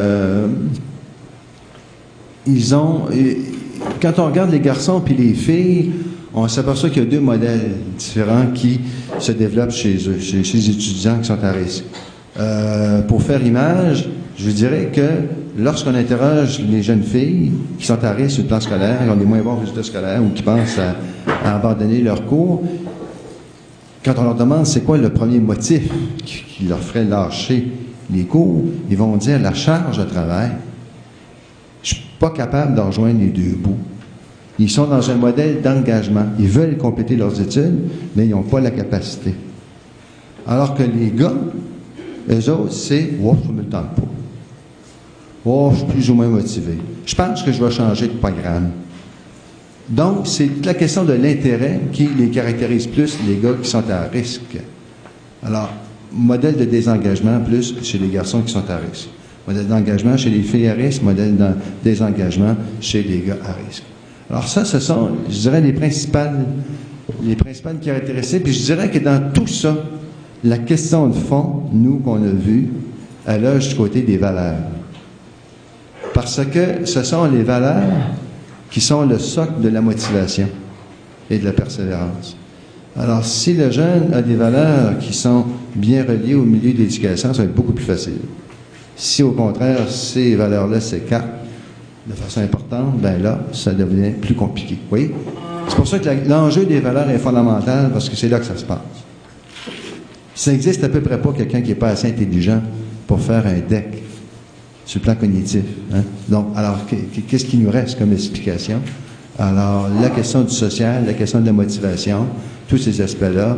ils ont... Quand on regarde les garçons puis les filles, on s'aperçoit qu'il y a 2 modèles différents qui se développent chez eux, chez les étudiants qui sont à risque. Pour faire image, je vous dirais que lorsqu'on interroge les jeunes filles qui sont à risque sur le plan scolaire, qui ont des moins bons résultats scolaires ou qui pensent à abandonner leurs cours, quand on leur demande c'est quoi le premier motif qui leur ferait lâcher les cours, ils vont dire la charge de travail. Je ne suis pas capable de rejoindre les deux bouts. Ils sont dans un modèle d'engagement. Ils veulent compléter leurs études, mais ils n'ont pas la capacité. Alors que les gars, eux autres, c'est « Oh, ça ne me tente pas. Oh, je suis plus ou moins motivé. Je pense que je vais changer de programme. » Donc, c'est toute la question de l'intérêt qui les caractérise plus, les gars qui sont à risque. Alors, modèle de désengagement plus chez les garçons qui sont à risque. Modèle d'engagement chez les filles à risque, modèle de désengagement chez les gars à risque. Alors ça, ce sont, je dirais, les principales caractéristiques. Puis je dirais que dans tout ça, la question de fond, nous, qu'on a vu, elle a du côté des valeurs. Parce que ce sont les valeurs qui sont le socle de la motivation et de la persévérance. Alors, si le jeune a des valeurs qui sont bien reliées au milieu de l'éducation, ça va être beaucoup plus facile. Si, au contraire, ces valeurs-là s'écartent de façon importante, bien là, ça devient plus compliqué. Vous voyez? C'est pour ça que l'enjeu des valeurs est fondamental, parce que c'est là que ça se passe. Ça n'existe à peu près pas quelqu'un qui n'est pas assez intelligent pour faire un DEC sur le plan cognitif. Hein? Donc, alors, qu'est-ce qui nous reste comme explication? Alors, la question du social, la question de la motivation, tous ces aspects-là,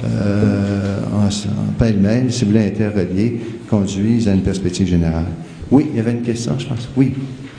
en pêle-mêle, si vous voulez, interreliés, conduisent à une perspective générale. Oui, il y avait une question, je pense. Oui.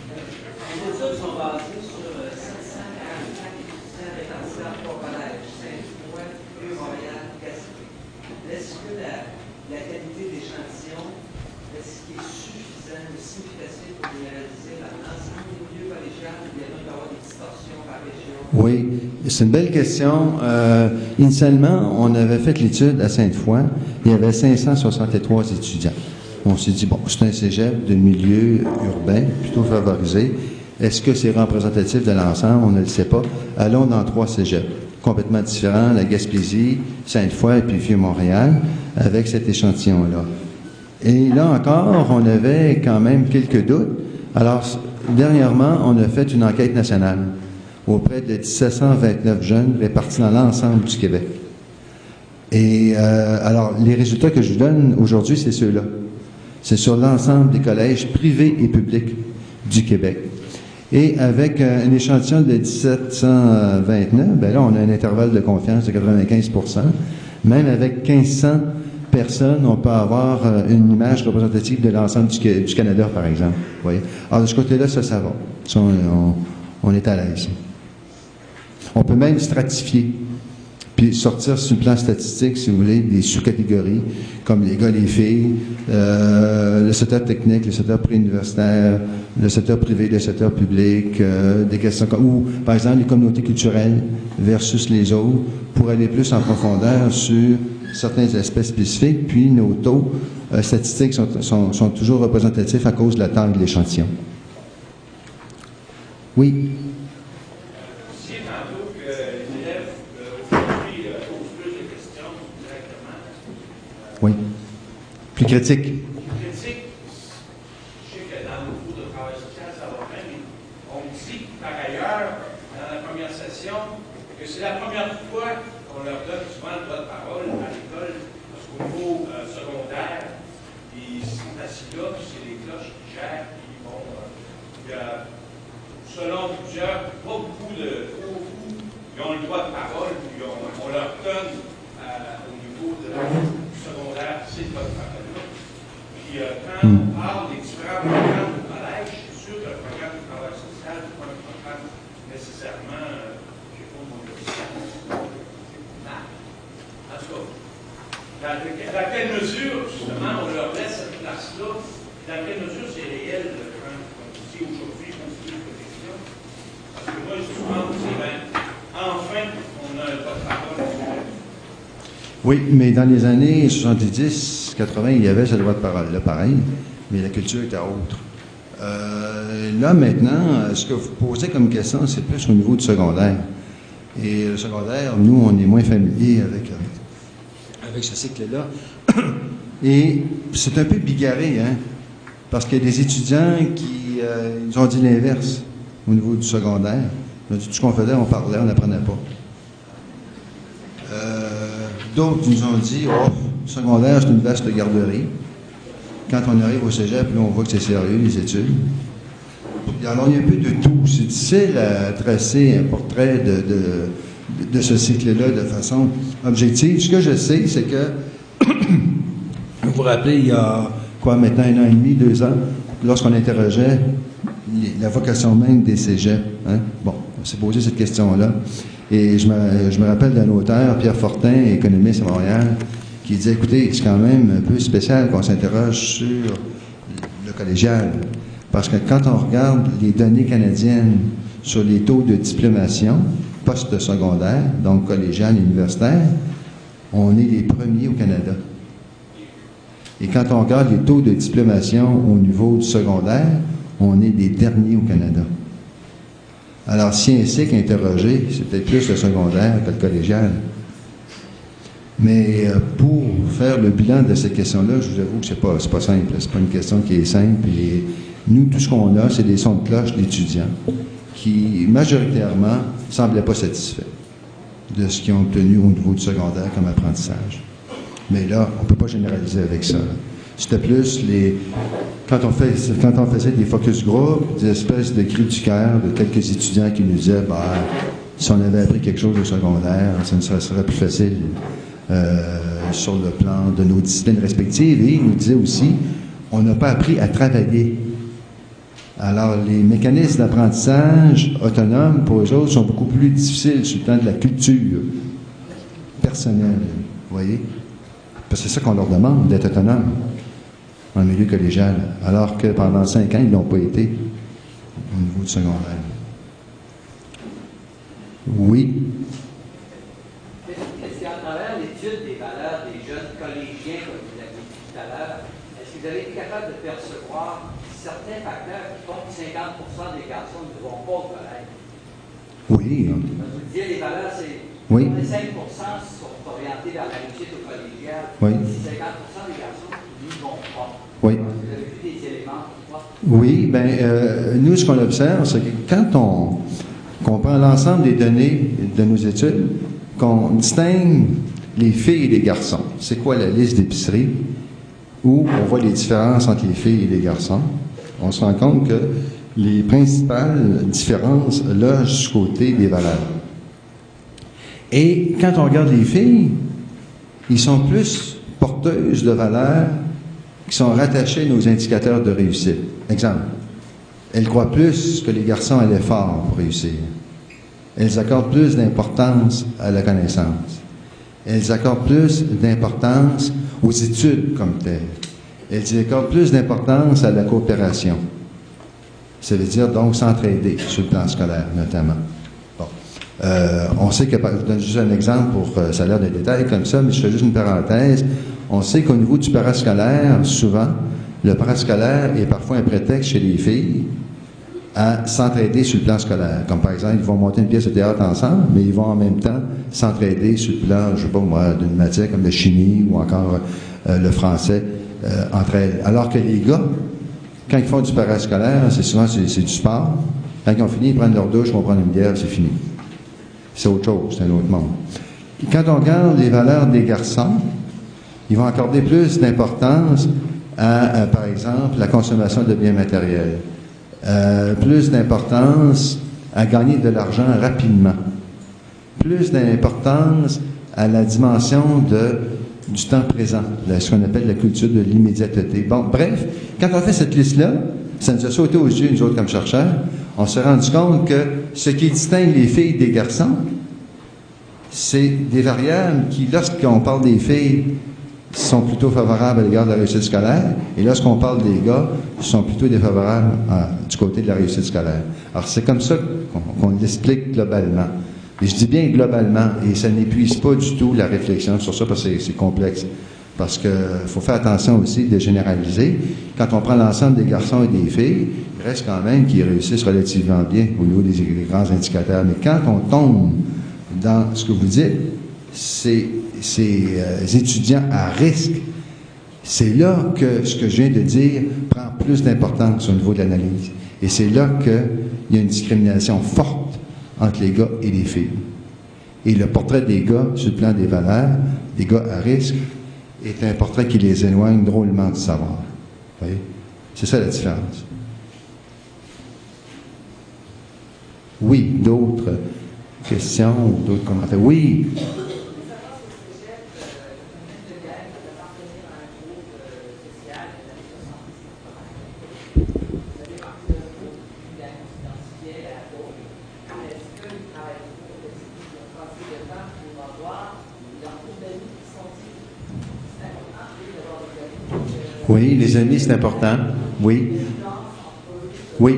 Oui, c'est une belle question. Initialement, on avait fait l'étude à Sainte-Foy. Il y avait 563 étudiants. On s'est dit, bon, c'est un cégep de milieu urbain, plutôt favorisé. Est-ce que c'est représentatif de l'ensemble? On ne le sait pas. Allons dans 3 cégeps, complètement différents, la Gaspésie, Sainte-Foy et puis Vieux-Montréal, avec cet échantillon-là. Et là encore, on avait quand même quelques doutes. Alors, dernièrement, on a fait une enquête nationale auprès de 1729 jeunes répartis dans l'ensemble du Québec. Et alors, les résultats que je vous donne aujourd'hui, c'est ceux-là. C'est sur l'ensemble des collèges privés et publics du Québec. Et avec un échantillon de 1729, bien là, on a un intervalle de confiance de 95%. Même avec 1500 personnes, on peut avoir une image représentative de l'ensemble du Canada, par exemple. Vous voyez? Alors, de ce côté-là, ça va. Ça, on est à l'aise. On peut même stratifier, puis sortir sur le plan statistique, si vous voulez, des sous-catégories, comme les gars, les filles, le secteur technique, le secteur préuniversitaire, le secteur privé, le secteur public, des questions comme, ou, par exemple, les communautés culturelles versus les autres, pour aller plus en profondeur sur certains aspects spécifiques, puis nos taux statistiques sont toujours représentatifs à cause de la taille de l'échantillon. Oui? Oui. Plus critique. Plus critique. Je sais que dans nos cours de travail social, ça va bien, mais on dit par ailleurs, dans la première session, que c'est la première fois qu'on leur donne souvent le droit de parole à l'école, parce qu'au niveau secondaire, ils sont assis là, puis c'est les cloches qui gèrent, puis bon, il y a, selon plusieurs, pas beaucoup de ils ont le droit de parole, puis on leur donne au niveau de secondaire, c'est votre parole-là. Puis quand on parle des différents programmes au collège, je suis sûr que le programme de travail social n'est pas un programme nécessairement, je ne sais pas mon en tout cas, dans quelle mesure, justement, on leur laisse cette place-là, dans quelle mesure c'est réel, comme si aujourd'hui, je continue une protection. Parce que moi, je souvent, c'est bien, enfin, on a un droit de parole. Oui, mais dans les années 70, 80, il y avait ce droit de parole-là, pareil, mais la culture était autre. Là, maintenant, ce que vous posez comme question, c'est plus au niveau du secondaire. Et le secondaire, nous, on est moins familiers avec ce cycle-là. Et c'est un peu bigarré, hein, parce qu'il y a des étudiants qui ils ont dit l'inverse au niveau du secondaire. Tout ce qu'on faisait, on parlait, on n'apprenait pas. D'autres nous ont dit, oh, secondaire, c'est une vaste garderie. Quand on arrive au cégep, là, on voit que c'est sérieux, les études. Alors, il y a un peu de tout. C'est difficile à tracer un portrait de ce cycle-là de façon objective. Ce que je sais, c'est que, vous vous rappelez, il y a, maintenant, 1 an et demi, 2 ans, lorsqu'on interrogeait la vocation même des cégeps, hein? Bon, on s'est posé cette question-là. Et je me rappelle d'un auteur, Pierre Fortin, économiste à Montréal, qui disait, écoutez, c'est quand même un peu spécial qu'on s'interroge sur le collégial. Parce que quand on regarde les données canadiennes sur les taux de diplomation post-secondaire, donc collégial et universitaire, on est les premiers au Canada. Et quand on regarde les taux de diplomation au niveau du secondaire, on est les derniers au Canada. Alors, si un cycle interrogé, c'est peut-être plus le secondaire que le collégial. Mais pour faire le bilan de cette question-là, je vous avoue que c'est pas simple. C'est pas une question qui est simple. Et nous, tout ce qu'on a, c'est des sons de cloche d'étudiants qui, majoritairement, ne semblaient pas satisfaits de ce qu'ils ont obtenu au niveau du secondaire comme apprentissage. Mais là, on ne peut pas généraliser avec ça. C'était plus quand on faisait des focus group, des espèces de cris du cœur de quelques étudiants qui nous disaient, si on avait appris quelque chose au secondaire, ça serait plus facile sur le plan de nos disciplines respectives. Et ils nous disaient aussi, on n'a pas appris à travailler. Alors, les mécanismes d'apprentissage autonomes, pour eux autres, sont beaucoup plus difficiles sur le plan de la culture personnelle. Vous voyez? Parce que c'est ça qu'on leur demande, d'être autonomes en milieu collégial, alors que pendant 5 ans, ils ne l'ont pas été au niveau du secondaire. Oui. Est-ce qu'à travers l'étude des valeurs des jeunes collégiens, comme vous l'avez dit tout à l'heure, est-ce que vous avez été capable de percevoir certains facteurs qui font que 50% des garçons ne vont pas au collège? Oui. Vous disiez, les valeurs, c'est... Oui. 5% sont orientés vers la réussite au collégial. Oui. 50% des garçons n'y vont pas. Oui. Vous avez vu des éléments pour ça? Oui, nous, ce qu'on observe, c'est que quand qu'on prend l'ensemble des données de nos études, qu'on distingue les filles et les garçons, c'est quoi la liste d'épicerie, où on voit les différences entre les filles et les garçons, on se rend compte que les principales différences logent du côté des valeurs. Et quand on regarde les filles, ils sont plus porteuses de valeurs qui sont rattachées à nos indicateurs de réussite. Exemple, elles croient plus que les garçons à l'effort pour réussir. Elles accordent plus d'importance à la connaissance. Elles accordent plus d'importance aux études comme telles. Elles accordent plus d'importance à la coopération. Ça veut dire donc s'entraider sur le plan scolaire, notamment. Bon. On sait que, je vous donne juste un exemple pour ça a l'air de détail comme ça, mais je fais juste une parenthèse. On sait qu'au niveau du parascolaire, souvent, le parascolaire est parfois un prétexte chez les filles à s'entraider sur le plan scolaire. Comme par exemple, ils vont monter une pièce de théâtre ensemble, mais ils vont en même temps s'entraider sur le plan, je ne sais pas moi, d'une matière comme la chimie ou encore le français entre elles. Alors que les gars, quand ils font du parascolaire, c'est souvent c'est du sport. Quand ils ont fini, ils prennent leur douche, ils vont prendre une bière, c'est fini. C'est autre chose, c'est un autre monde. Et quand on regarde les valeurs des garçons, ils vont accorder plus d'importance à, par exemple, la consommation de biens matériels. Plus d'importance à gagner de l'argent rapidement. Plus d'importance à la dimension du temps présent, ce qu'on appelle la culture de l'immédiateté. Bon, bref, quand on fait cette liste-là, ça nous a sauté aux yeux, nous autres comme chercheurs, on s'est rendu compte que ce qui distingue les filles des garçons, c'est des variables qui, lorsqu'on parle des filles, sont plutôt favorables à l'égard de la réussite scolaire, et lorsqu'on parle des gars, sont plutôt défavorables du côté de la réussite scolaire. Alors, c'est comme ça qu'on l'explique globalement. Et je dis bien globalement, et ça n'épuise pas du tout la réflexion sur ça, parce que c'est complexe. Parce qu'il faut faire attention aussi de généraliser. Quand on prend l'ensemble des garçons et des filles, il reste quand même qu'ils réussissent relativement bien au niveau des grands indicateurs. Mais quand on tombe dans ce que vous dites, ces étudiants à risque, c'est là que ce que je viens de dire prend plus d'importance au niveau de l'analyse. Et c'est là qu'il y a une discrimination forte entre les gars et les filles. Et le portrait des gars, sur le plan des valeurs, des gars à risque est un portrait qui les éloigne drôlement du savoir. Vous voyez? C'est ça la différence. Oui, d'autres questions ou d'autres commentaires? Oui. Oui, les amis, c'est important. Oui. Oui.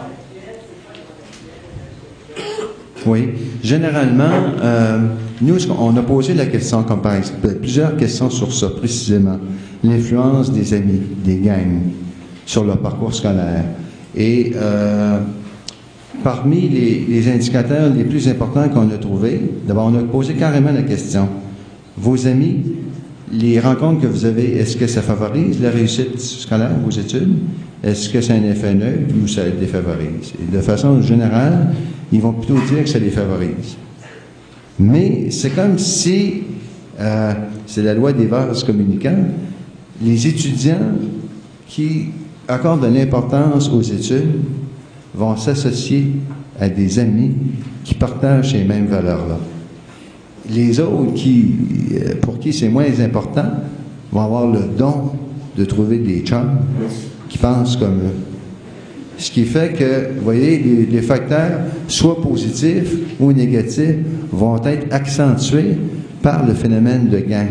Oui. Généralement, nous, on a posé la question, comme par exemple, plusieurs questions sur ça, précisément. L'influence des amis, des gangs, sur leur parcours scolaire. Et parmi les indicateurs les plus importants qu'on a trouvés, d'abord, on a posé carrément la question. Vos amis, les rencontres que vous avez, est-ce que ça favorise la réussite scolaire, vos études? Est-ce que c'est un effet neutre ou ça les défavorise? Et de façon générale, ils vont plutôt dire que ça les favorise. Mais c'est comme si, c'est la loi des vases communicants, les étudiants qui accordent de l'importance aux études vont s'associer à des amis qui partagent ces mêmes valeurs-là. Les autres, pour qui c'est moins important, vont avoir le don de trouver des chums qui pensent comme eux. Ce qui fait que, vous voyez, les facteurs, soit positifs ou négatifs, vont être accentués par le phénomène de gang.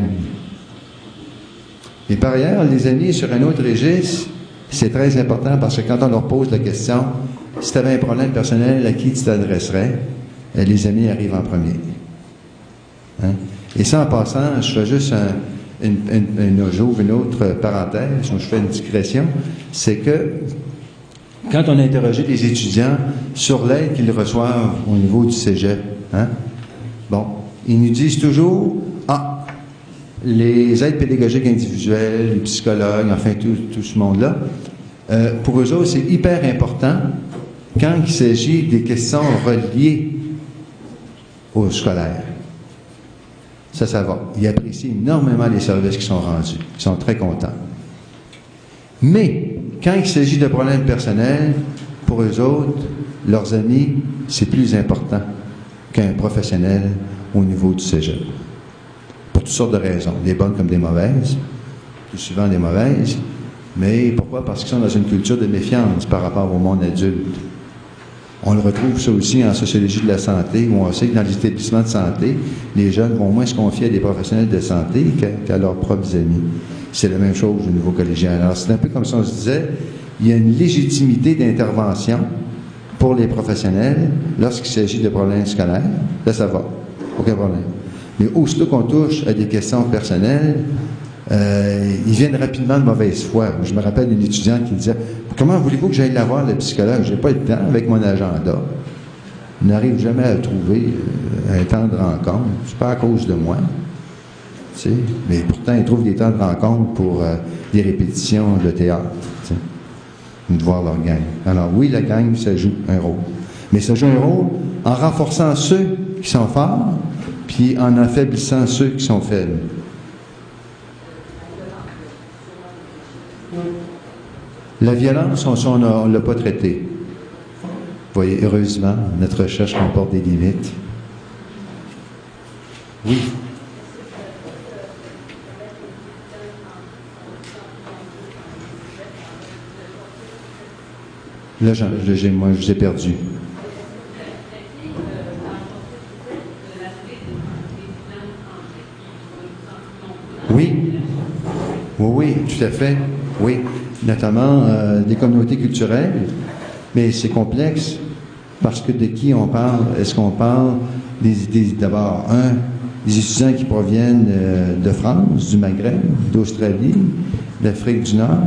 Et par ailleurs, les amis sur un autre registre, c'est très important parce que quand on leur pose la question, si tu avais un problème personnel, à qui tu t'adresserais? Les amis arrivent en premier. Hein? Et ça, en passant, je fais juste j'ouvre une autre parenthèse, je fais une digression, c'est que quand on a interrogé les étudiants sur l'aide qu'ils reçoivent au niveau du cégep, hein, bon, ils nous disent toujours, les aides pédagogiques individuelles, les psychologues, enfin tout ce monde-là, pour eux autres, c'est hyper important quand il s'agit des questions reliées au scolaire. Ça va. Ils apprécient énormément les services qui sont rendus. Ils sont très contents. Mais, quand il s'agit de problèmes personnels, pour eux autres, leurs amis, c'est plus important qu'un professionnel au niveau du cégep. Pour toutes sortes de raisons, des bonnes comme des mauvaises, plus souvent des mauvaises. Mais pourquoi? Parce qu'ils sont dans une culture de méfiance par rapport au monde adulte. On le retrouve ça aussi en sociologie de la santé, où on sait que dans les établissements de santé, les jeunes vont moins se confier à des professionnels de santé qu'à leurs propres amis. C'est la même chose au niveau collégial. Alors, c'est un peu comme si on se disait, il y a une légitimité d'intervention pour les professionnels lorsqu'il s'agit de problèmes scolaires. Là, ça va. Aucun problème. Mais aussitôt qu'on touche à des questions personnelles, ils viennent rapidement de mauvaise foi. Je me rappelle d'une étudiante qui disait « Comment voulez-vous que j'aille la voir, le psychologue? Je n'ai pas le temps avec mon agenda. Je n'arrive jamais à trouver un temps de rencontre. C'est pas à cause de moi. » Tu sais, mais pourtant, ils trouvent des temps de rencontre pour des répétitions de théâtre. Tu sais, de voir leur gang. Alors oui, la gang, ça joue un rôle. Mais ça joue un rôle en renforçant ceux qui sont forts, puis en affaiblissant ceux qui sont faibles. La violence, on ne l'a pas traitée. Vous voyez, heureusement, notre recherche comporte des limites. Oui. Là, moi, je vous ai perdu. Oui. Oui, tout à fait. Oui. Notamment des communautés culturelles, mais c'est complexe parce que de qui on parle? Est-ce qu'on parle d'abord, des étudiants qui proviennent de France, du Maghreb, d'Australie, d'Afrique du Nord?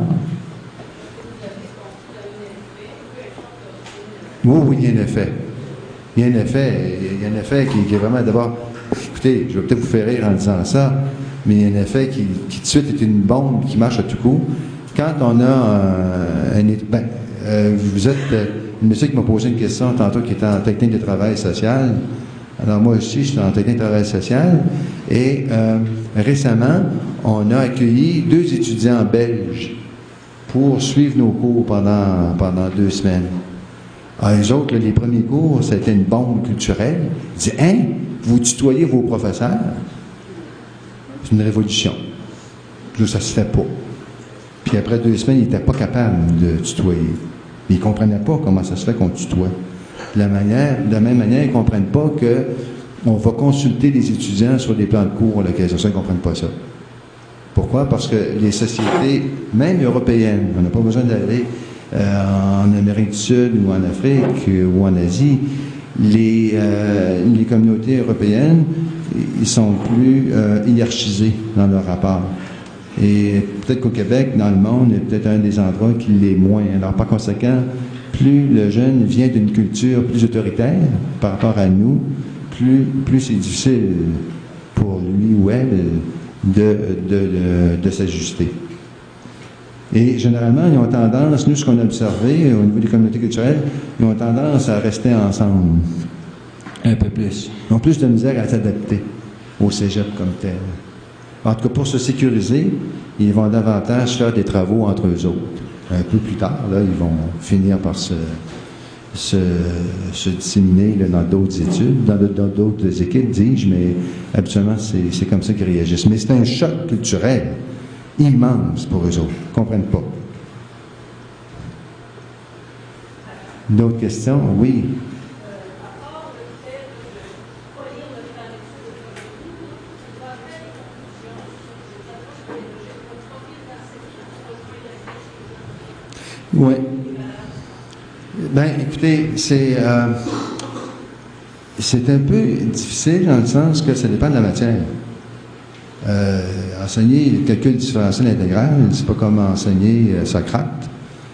Oui, il y a un effet. Il y a un effet qui est vraiment d'abord, écoutez, je vais peut-être vous faire rire en disant ça, mais il y a un effet qui tout de suite est une bombe qui marche à tout coup. Quand on a vous êtes une monsieur qui m'a posé une question tantôt qui était en technique de travail social. Alors moi aussi, je suis en technique de travail social. Et récemment, on a accueilli 2 étudiants belges pour suivre nos cours pendant 2 semaines. Alors, les autres, là, les premiers cours, c'était une bombe culturelle. Ils disaient, « Hein? Vous tutoyez vos professeurs? » C'est une révolution. Là, ça se fait pas. Puis après 2 semaines, ils n'étaient pas capables de tutoyer. Ils ne comprenaient pas comment ça se fait qu'on tutoie. De la même manière, ils ne comprennent pas qu'on va consulter les étudiants sur des plans de cours à l'occasion. Ça, ils ne comprennent pas ça. Pourquoi? Parce que les sociétés, même européennes, on n'a pas besoin d'aller en Amérique du Sud ou en Afrique ou en Asie, les communautés européennes, ils sont plus hiérarchisés dans leur rapport. Et peut-être qu'au Québec, dans le monde, il y a peut-être un des endroits qui l'est moins. Alors, par conséquent, plus le jeune vient d'une culture plus autoritaire par rapport à nous, plus c'est difficile pour lui ou elle de s'ajuster. Et généralement, ils ont tendance, nous, ce qu'on a observé au niveau des communautés culturelles, ils ont tendance à rester ensemble un peu plus. Ils ont plus de misère à s'adapter au cégep comme tel. En tout cas, pour se sécuriser, ils vont davantage faire des travaux entre eux autres. Un peu plus tard, là, ils vont finir par se disséminer là, dans d'autres études, dans d'autres équipes, dis-je, mais habituellement, c'est comme ça qu'ils réagissent. Mais c'est un choc culturel immense pour eux autres. Ils ne comprennent pas. D'autres questions? Oui. Oui. Ben, écoutez, c'est un peu difficile dans le sens que ça dépend de la matière. Enseigner le calcul différentiel intégral, c'est pas comme enseigner Socrate.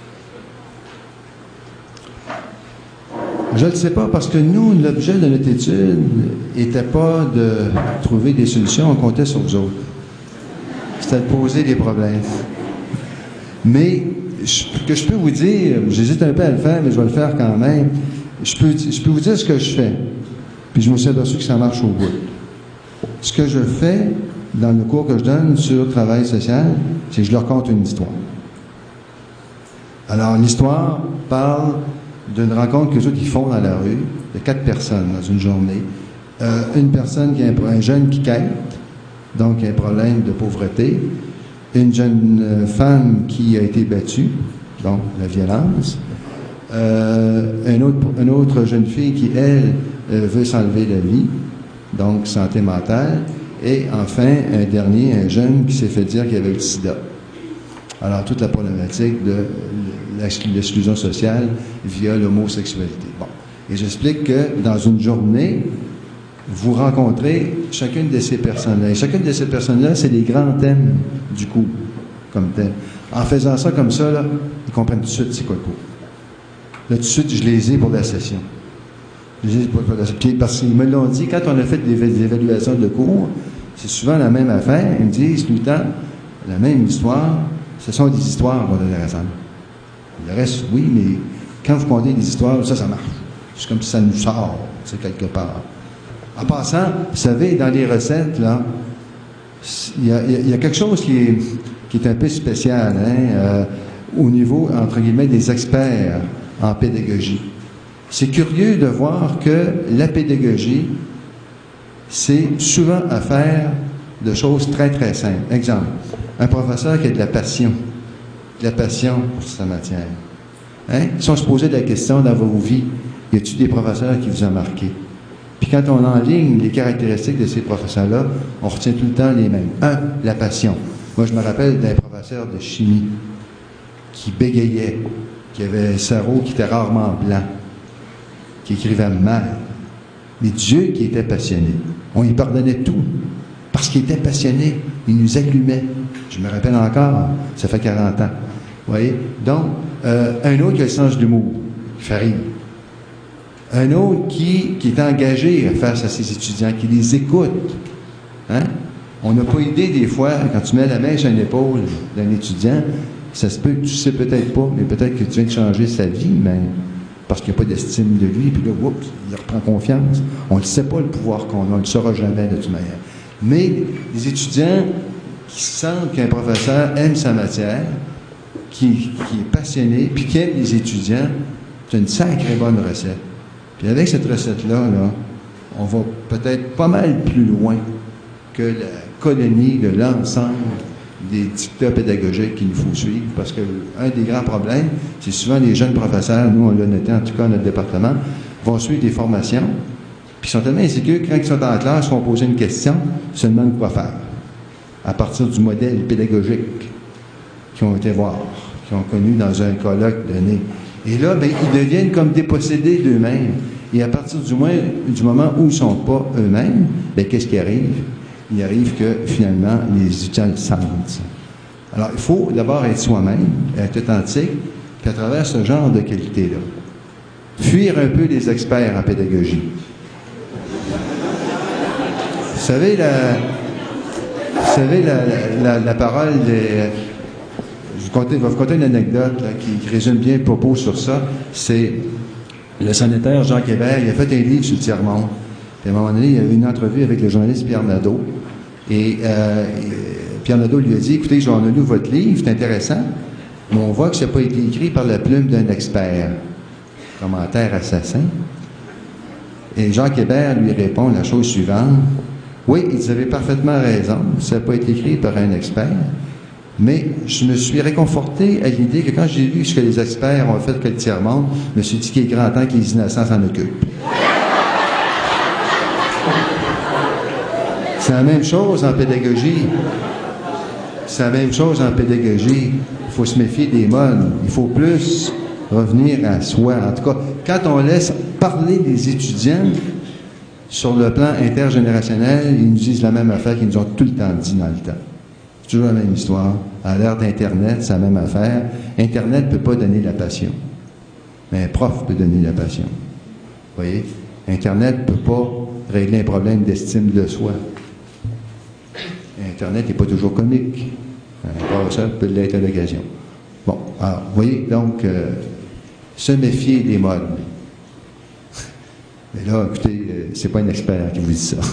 Je ne le sais pas parce que nous, l'objet de notre étude n'était pas de trouver des solutions, on comptait sur vous autres. C'était de poser des problèmes. Mais ce que je peux vous dire, j'hésite un peu à le faire, mais je vais le faire quand même. Je peux vous dire ce que je fais. Puis je me suis aperçu que ça marche au bout. Ce que je fais dans le cours que je donne sur travail social, c'est que je leur conte une histoire. Alors, l'histoire parle d'une rencontre que les autres ils font dans la rue, de 4 personnes dans une journée. Une personne qui a un jeune qui quête, donc un problème de pauvreté. Une jeune femme qui a été battue, donc la violence. Une autre jeune fille qui, elle, veut s'enlever la vie, donc santé mentale. Et enfin, un dernier, un jeune qui s'est fait dire qu'il avait le sida. Alors, toute la problématique de l'exclusion sociale via l'homosexualité. Bon. Et j'explique que dans une journée, vous rencontrez chacune de ces personnes-là. Et chacune de ces personnes-là, c'est les grands thèmes du cours, comme tel. En faisant ça comme ça, là, ils comprennent tout de suite c'est quoi le cours. Là, tout de suite, je les ai pour la session. Parce qu'ils me l'ont dit, quand on a fait des évaluations de cours, c'est souvent la même affaire. Ils me disent tout le temps, la même histoire, ce sont des histoires intéressantes. Le reste, oui, mais quand vous comptez des histoires, ça marche. C'est comme si ça nous sort, c'est quelque part. En passant, vous savez, dans les recettes, là, il y a quelque chose qui est un peu spécial, hein, au niveau, entre guillemets, des experts en pédagogie. C'est curieux de voir que la pédagogie, c'est souvent affaire de choses très, très simples. Exemple, un professeur qui a de la passion pour sa matière. Hein? Si on se posait la question dans vos vies, y a-t-il des professeurs qui vous ont marqué? Puis quand on enligne les caractéristiques de ces professeurs-là, on retient tout le temps les mêmes. 1, la passion. Moi, je me rappelle d'un professeur de chimie qui bégayait, qui avait un cerveau qui était rarement blanc, qui écrivait mal. Mais Dieu qui était passionné. On lui pardonnait tout. Parce qu'il était passionné. Il nous allumait. Je me rappelle encore, ça fait 40 ans. Vous voyez? Donc, un autre qui a le sens de l'humour, qui fait rire. Un autre qui est engagé face à ses étudiants, qui les écoute. Hein? On n'a pas idée des fois, quand tu mets la main sur l'épaule d'un étudiant, ça se peut, tu sais peut-être pas, mais peut-être que tu viens de changer sa vie, mais parce qu'il n'y a pas d'estime de lui, puis là, oups, il reprend confiance. On ne sait pas le pouvoir qu'on a, on ne le saura jamais de toute manière. Mais les étudiants qui sentent qu'un professeur aime sa matière, qui est passionné, puis qui aime les étudiants, c'est une sacrée bonne recette. Puis avec cette recette-là, là, on va peut-être pas mal plus loin que la colonie de l'ensemble des dictats pédagogiques qu'il nous faut suivre, parce qu'un des grands problèmes, c'est souvent les jeunes professeurs, nous on l'a noté en tout cas dans notre département, vont suivre des formations, puis ils sont tellement insécures que quand ils sont en classe, ils vont poser une question, ils se demandent quoi faire, à partir du modèle pédagogique qu'ils ont été voir, qu'ils ont connu dans un colloque donné. Et là, ben, ils deviennent comme dépossédés d'eux-mêmes. Et à partir du moment où ils ne sont pas eux-mêmes, ben, qu'est-ce qui arrive? Il arrive que, finalement, les étudiants le sentent. Alors, il faut d'abord être soi-même, être authentique, puis à travers ce genre de qualité-là, fuir un peu les experts en pédagogie. Vous savez, la parole des... Je vais vous conter une anecdote là, qui résume bien le propos sur ça. C'est le sanitaire Jacques Hébert, il a fait un livre sur le tiers-monde. Puis à un moment donné, il y a eu une entrevue avec le journaliste Pierre Nadeau. Et Pierre Nadeau lui a dit, écoutez, j'en ai lu votre livre, c'est intéressant, mais on voit que ça n'a pas été écrit par la plume d'un expert. Commentaire assassin. Et Jacques Hébert lui répond la chose suivante. Oui, ils avaient parfaitement raison, ça n'a pas été écrit par un expert. Mais je me suis réconforté à l'idée que quand j'ai lu ce que les experts ont fait que le tiers-monde, je me suis dit qu'il est grand temps que les innocents s'en occupent. C'est la même chose en pédagogie. C'est la même chose en pédagogie. Il faut se méfier des modes. Il faut plus revenir à soi. En tout cas, quand on laisse parler des étudiants sur le plan intergénérationnel, ils nous disent la même affaire qu'ils nous ont tout le temps dit dans le temps. C'est toujours la même histoire. À l'ère d'Internet, c'est la même affaire. Internet ne peut pas donner la passion. Mais un prof peut donner la passion. Vous voyez? Internet ne peut pas régler un problème d'estime de soi. Internet n'est pas toujours comique. Un professeur peut l'être à l'occasion. Bon, alors, vous voyez, donc, se méfier des modes. Mais là, écoutez, c'est pas un expert qui vous dit ça.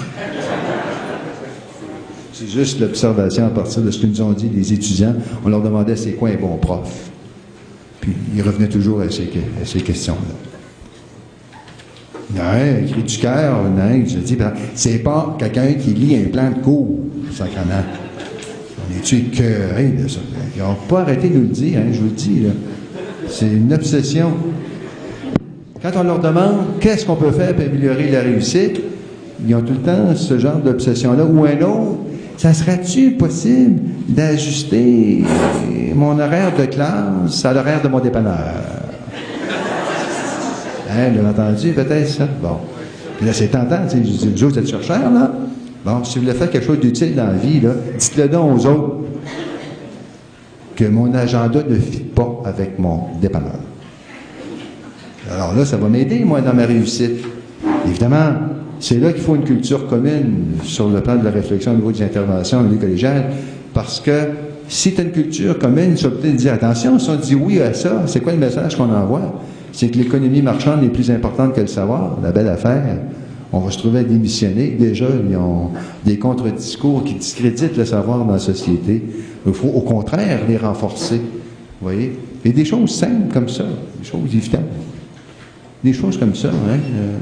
C'est juste l'observation à partir de ce que nous ont dit les étudiants. On leur demandait c'est quoi un bon prof. Puis ils revenaient toujours à ces questions-là. Non, écrit du cœur, non, je dis, ben, c'est pas quelqu'un qui lit un plan de cours, sacrément. On est-tu écœurés de ça? Ils n'ont pas arrêté de nous le dire, hein, je vous le dis, là. C'est une obsession. Quand on leur demande qu'est-ce qu'on peut faire pour améliorer la réussite, ils ont tout le temps ce genre d'obsession-là. Ou un autre, ça serait-tu possible d'ajuster mon horaire de classe à l'horaire de mon dépanneur? Hein, vous l'avez entendu, peut-être, ça? Bon. Puis là, c'est tentant, tu sais, je dis, le jour, vous êtes chercheur, là? Bon, si vous voulez faire quelque chose d'utile dans la vie, là, dites-le donc aux autres que mon agenda ne fit pas avec mon dépanneur. Alors là, ça va m'aider, moi, dans ma réussite. Évidemment, c'est là qu'il faut une culture commune sur le plan de la réflexion au niveau des interventions au niveau collégial, parce que si tu as une culture commune, tu vas peut-être dire, attention, si on dit oui à ça, c'est quoi le message qu'on envoie? C'est que l'économie marchande est plus importante que le savoir, la belle affaire. On va se trouver à démissionner. Déjà, ils ont des contre-discours qui discréditent le savoir dans la société. Il faut, au contraire, les renforcer. Vous voyez? Et des choses simples comme ça, des choses évidentes. Des choses comme ça, hein?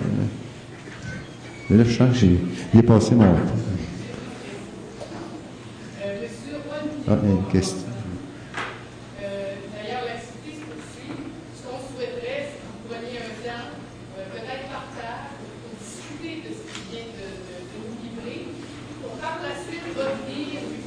Mais là, je sens que j'ai passé mon temps. Ah, il y a une question. D'ailleurs, l'activité se poursuit. Ce qu'on souhaiterait, c'est que vous preniez un temps, peut-être par terre, pour discuter de ce qui vient de nous livrer, pour par la suite revenir